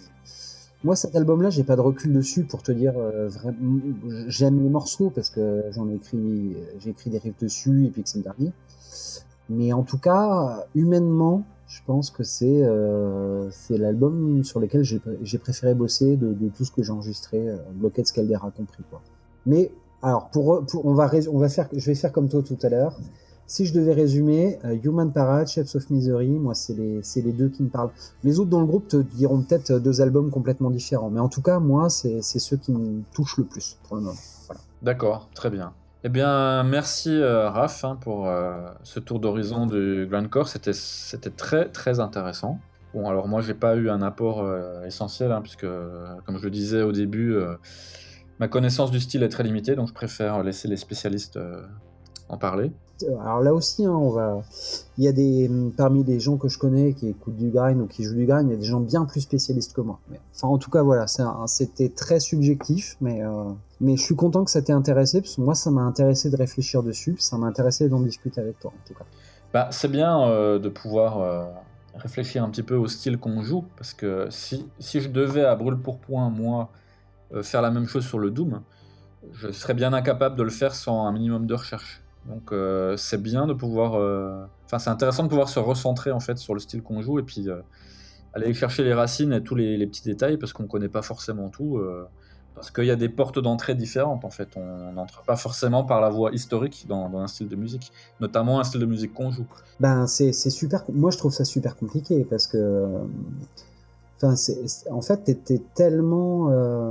Speaker 3: moi, cet album-là, j'ai pas de recul dessus pour te dire euh, vraiment. J'aime les morceaux parce que j'en ai écrit, j'ai écrit des riffs dessus et puis que c'est le dernier. Mais en tout cas, humainement, je pense que c'est euh, c'est l'album sur lequel j'ai, j'ai préféré bosser de, de tout ce que j'ai enregistré, euh, Blockheads Caldera compris, quoi. Mais alors, pour, pour, on va, on va faire, je vais faire comme toi tout à l'heure. Si je devais résumer, uh, Human Parade, Shapes of Misery, moi, c'est les, c'est les deux qui me parlent. Les autres dans le groupe te diront peut-être deux albums complètement différents. Mais en tout cas, moi, c'est, c'est ceux qui me touchent le plus pour le moment. Voilà.
Speaker 2: D'accord, très bien. Eh bien, merci euh, Raph hein, pour euh, ce tour d'horizon du grindcore. C'était, c'était très, très intéressant. Bon, alors moi, j'ai pas eu un apport euh, essentiel, hein, puisque, euh, comme je le disais au début, euh, ma connaissance du style est très limitée, donc je préfère laisser les spécialistes euh, en parler.
Speaker 3: Alors là aussi, hein, on va. Il y a des parmi les gens que je connais qui écoutent du grind ou qui jouent du grind, il y a des gens bien plus spécialistes que moi. Mais, enfin, en tout cas, voilà, c'est un... c'était très subjectif, mais euh... mais je suis content que ça t'ait intéressé parce que moi, ça m'a intéressé de réfléchir dessus, ça m'a intéressé d'en discuter avec toi, en tout cas.
Speaker 2: Bah, c'est bien euh, de pouvoir euh, réfléchir un petit peu au style qu'on joue, parce que si si je devais à brûle pour point moi euh, faire la même chose sur le Doom, je serais bien incapable de le faire sans un minimum de recherche. Donc euh, c'est bien de pouvoir... euh, Enfin, c'est intéressant de pouvoir se recentrer en fait sur le style qu'on joue et puis euh, aller chercher les racines et tous les, les petits détails parce qu'on ne connaît pas forcément tout. euh, Parce qu'il y a des portes d'entrée différentes en fait. On n'entre pas forcément par la voie historique dans, dans un style de musique, notamment un style de musique qu'on joue.
Speaker 3: Ben c'est, c'est super. Moi, je trouve ça super compliqué parce que... Enfin, c'est, c'est... en fait, t'es, t'es tellement... Euh...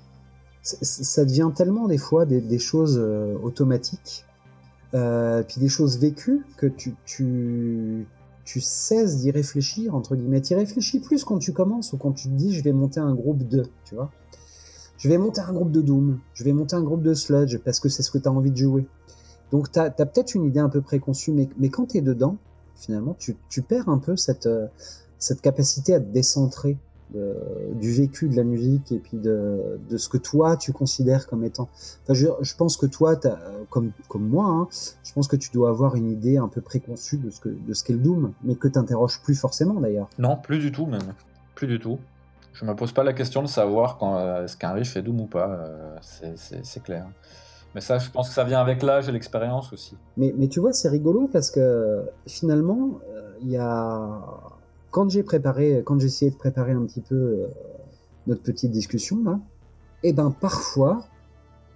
Speaker 3: Ça devient tellement des fois des, des choses euh, automatiques. Euh, puis des choses vécues que tu, tu, tu cesses d'y réfléchir, entre guillemets. Tu y réfléchis plus quand tu commences ou quand tu te dis je vais monter un groupe de, tu vois. Je vais monter un groupe de Doom, je vais monter un groupe de Sludge parce que c'est ce que tu as envie de jouer. Donc tu as peut-être une idée un peu préconçue, mais, mais quand tu es dedans, finalement, tu, tu perds un peu cette, cette capacité à te décentrer de, du vécu de la musique et puis de, de ce que toi tu considères comme étant. Enfin, je, je pense que toi, t'as, comme, comme moi, hein, je pense que tu dois avoir une idée un peu préconçue de ce, que, de ce qu'est le Doom, mais que tu n'interroges plus forcément d'ailleurs.
Speaker 2: Non, plus du tout même. Plus du tout. Je me pose pas la question de savoir quand euh, est-ce qu'un riff est Doom ou pas. Euh, c'est, c'est, c'est clair. Mais ça, je pense que ça vient avec l'âge et l'expérience aussi.
Speaker 3: Mais, mais tu vois, c'est rigolo parce que finalement, il euh, y a... Quand j'ai préparé, quand j'ai essayé de préparer un petit peu euh, notre petite discussion là, et ben parfois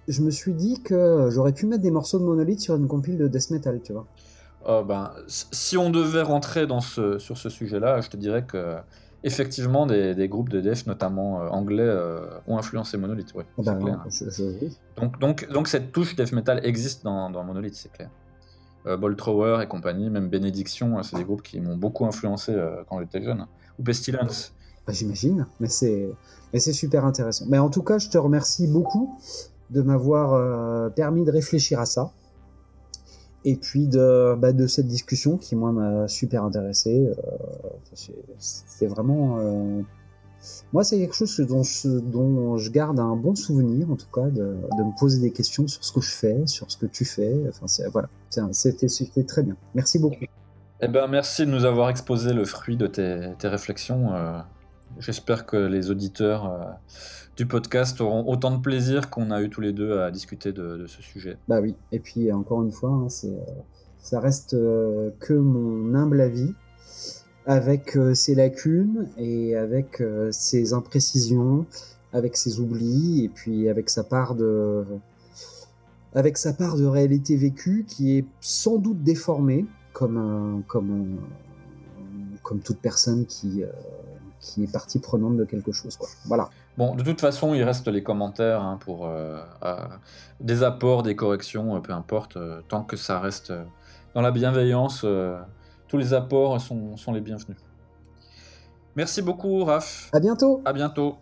Speaker 3: je me suis dit que j'aurais pu mettre des morceaux de Monolith sur une compile de death metal, tu vois.
Speaker 2: Euh, ben, si on devait rentrer dans ce, sur ce sujet-là, je te dirais que effectivement des, des groupes de death, notamment euh, anglais, euh, ont influencé Monolith, oui,
Speaker 3: Ah
Speaker 2: c'est
Speaker 3: bah,
Speaker 2: clair.
Speaker 3: je, je, oui.
Speaker 2: Donc, donc, donc cette touche death metal existe dans, dans Monolith, c'est clair. Euh, Bolt Thrower et compagnie, même Bénédiction, c'est des groupes qui m'ont beaucoup influencé euh, quand j'étais jeune. Ou Pestilence.
Speaker 3: Bah, j'imagine, mais c'est, mais c'est super intéressant. Mais en tout cas, je te remercie beaucoup de m'avoir euh, permis de réfléchir à ça. Et puis de, bah, de cette discussion qui, moi, m'a super intéressé. Euh, c'est vraiment... Euh... Moi, c'est quelque chose dont je, dont je garde un bon souvenir, en tout cas, de, de me poser des questions sur ce que je fais, sur ce que tu fais. Enfin, c'est, voilà, c'était, c'était très bien. Merci beaucoup.
Speaker 2: Eh ben, merci de nous avoir exposé le fruit de tes, tes réflexions. Euh, j'espère que les auditeurs euh, du podcast auront autant de plaisir qu'on a eu tous les deux à discuter de, de ce sujet.
Speaker 3: Bah oui, et puis encore une fois, hein, c'est, euh, ça reste euh, que mon humble avis, avec euh, ses lacunes et avec euh, ses imprécisions, avec ses oublis, et puis avec sa part de, avec sa part de réalité vécue qui est sans doute déformée, comme un, comme un, comme toute personne qui euh, qui est partie prenante de quelque chose, quoi. Voilà.
Speaker 2: Bon, de toute façon, il reste les commentaires hein, pour euh, euh, des apports, des corrections, euh, peu importe, euh, tant que ça reste euh, dans la bienveillance, euh, tous les apports sont, sont les bienvenus. Merci beaucoup, Raph.
Speaker 3: À bientôt.
Speaker 2: À bientôt.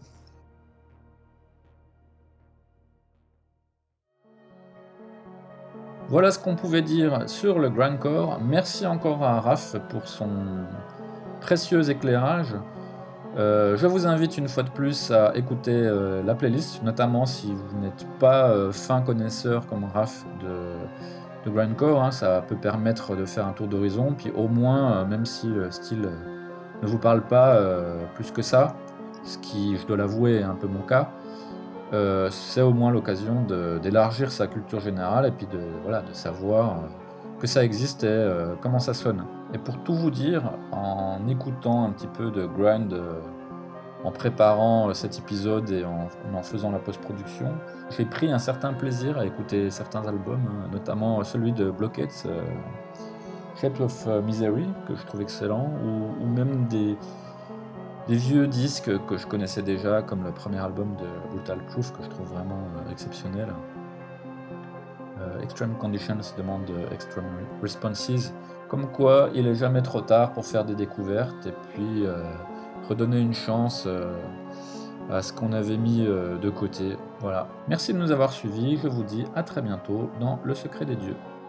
Speaker 2: Voilà ce qu'on pouvait dire sur le grindcore. Merci encore à Raph pour son précieux éclairage. Euh, je vous invite une fois de plus à écouter euh, la playlist, notamment si vous n'êtes pas euh, fin connaisseur comme Raph de, de grindcore, hein, ça peut permettre de faire un tour d'horizon, puis au moins, euh, même si le style euh, ne vous parle pas euh, plus que ça, ce qui, je dois l'avouer, est un peu mon cas, euh, c'est au moins l'occasion de, d'élargir sa culture générale et puis de, voilà, de savoir euh, que ça existe et euh, comment ça sonne. Et pour tout vous dire, en écoutant un petit peu de grind, euh, en préparant euh, cet épisode et en, en faisant la post-production, j'ai pris un certain plaisir à écouter certains albums, hein, notamment celui de Blockheads, euh, Shape of Misery, que je trouve excellent, ou, ou même des, des vieux disques que je connaissais déjà, comme le premier album de Brutal Truth, que je trouve vraiment euh, exceptionnel. Euh, Extreme Conditions demande Extreme Responses. Comme quoi, il est jamais trop tard pour faire des découvertes et puis euh, redonner une chance euh, à ce qu'on avait mis euh, de côté. Voilà. Merci de nous avoir suivis. Je vous dis à très bientôt dans Le Secret des Dieux.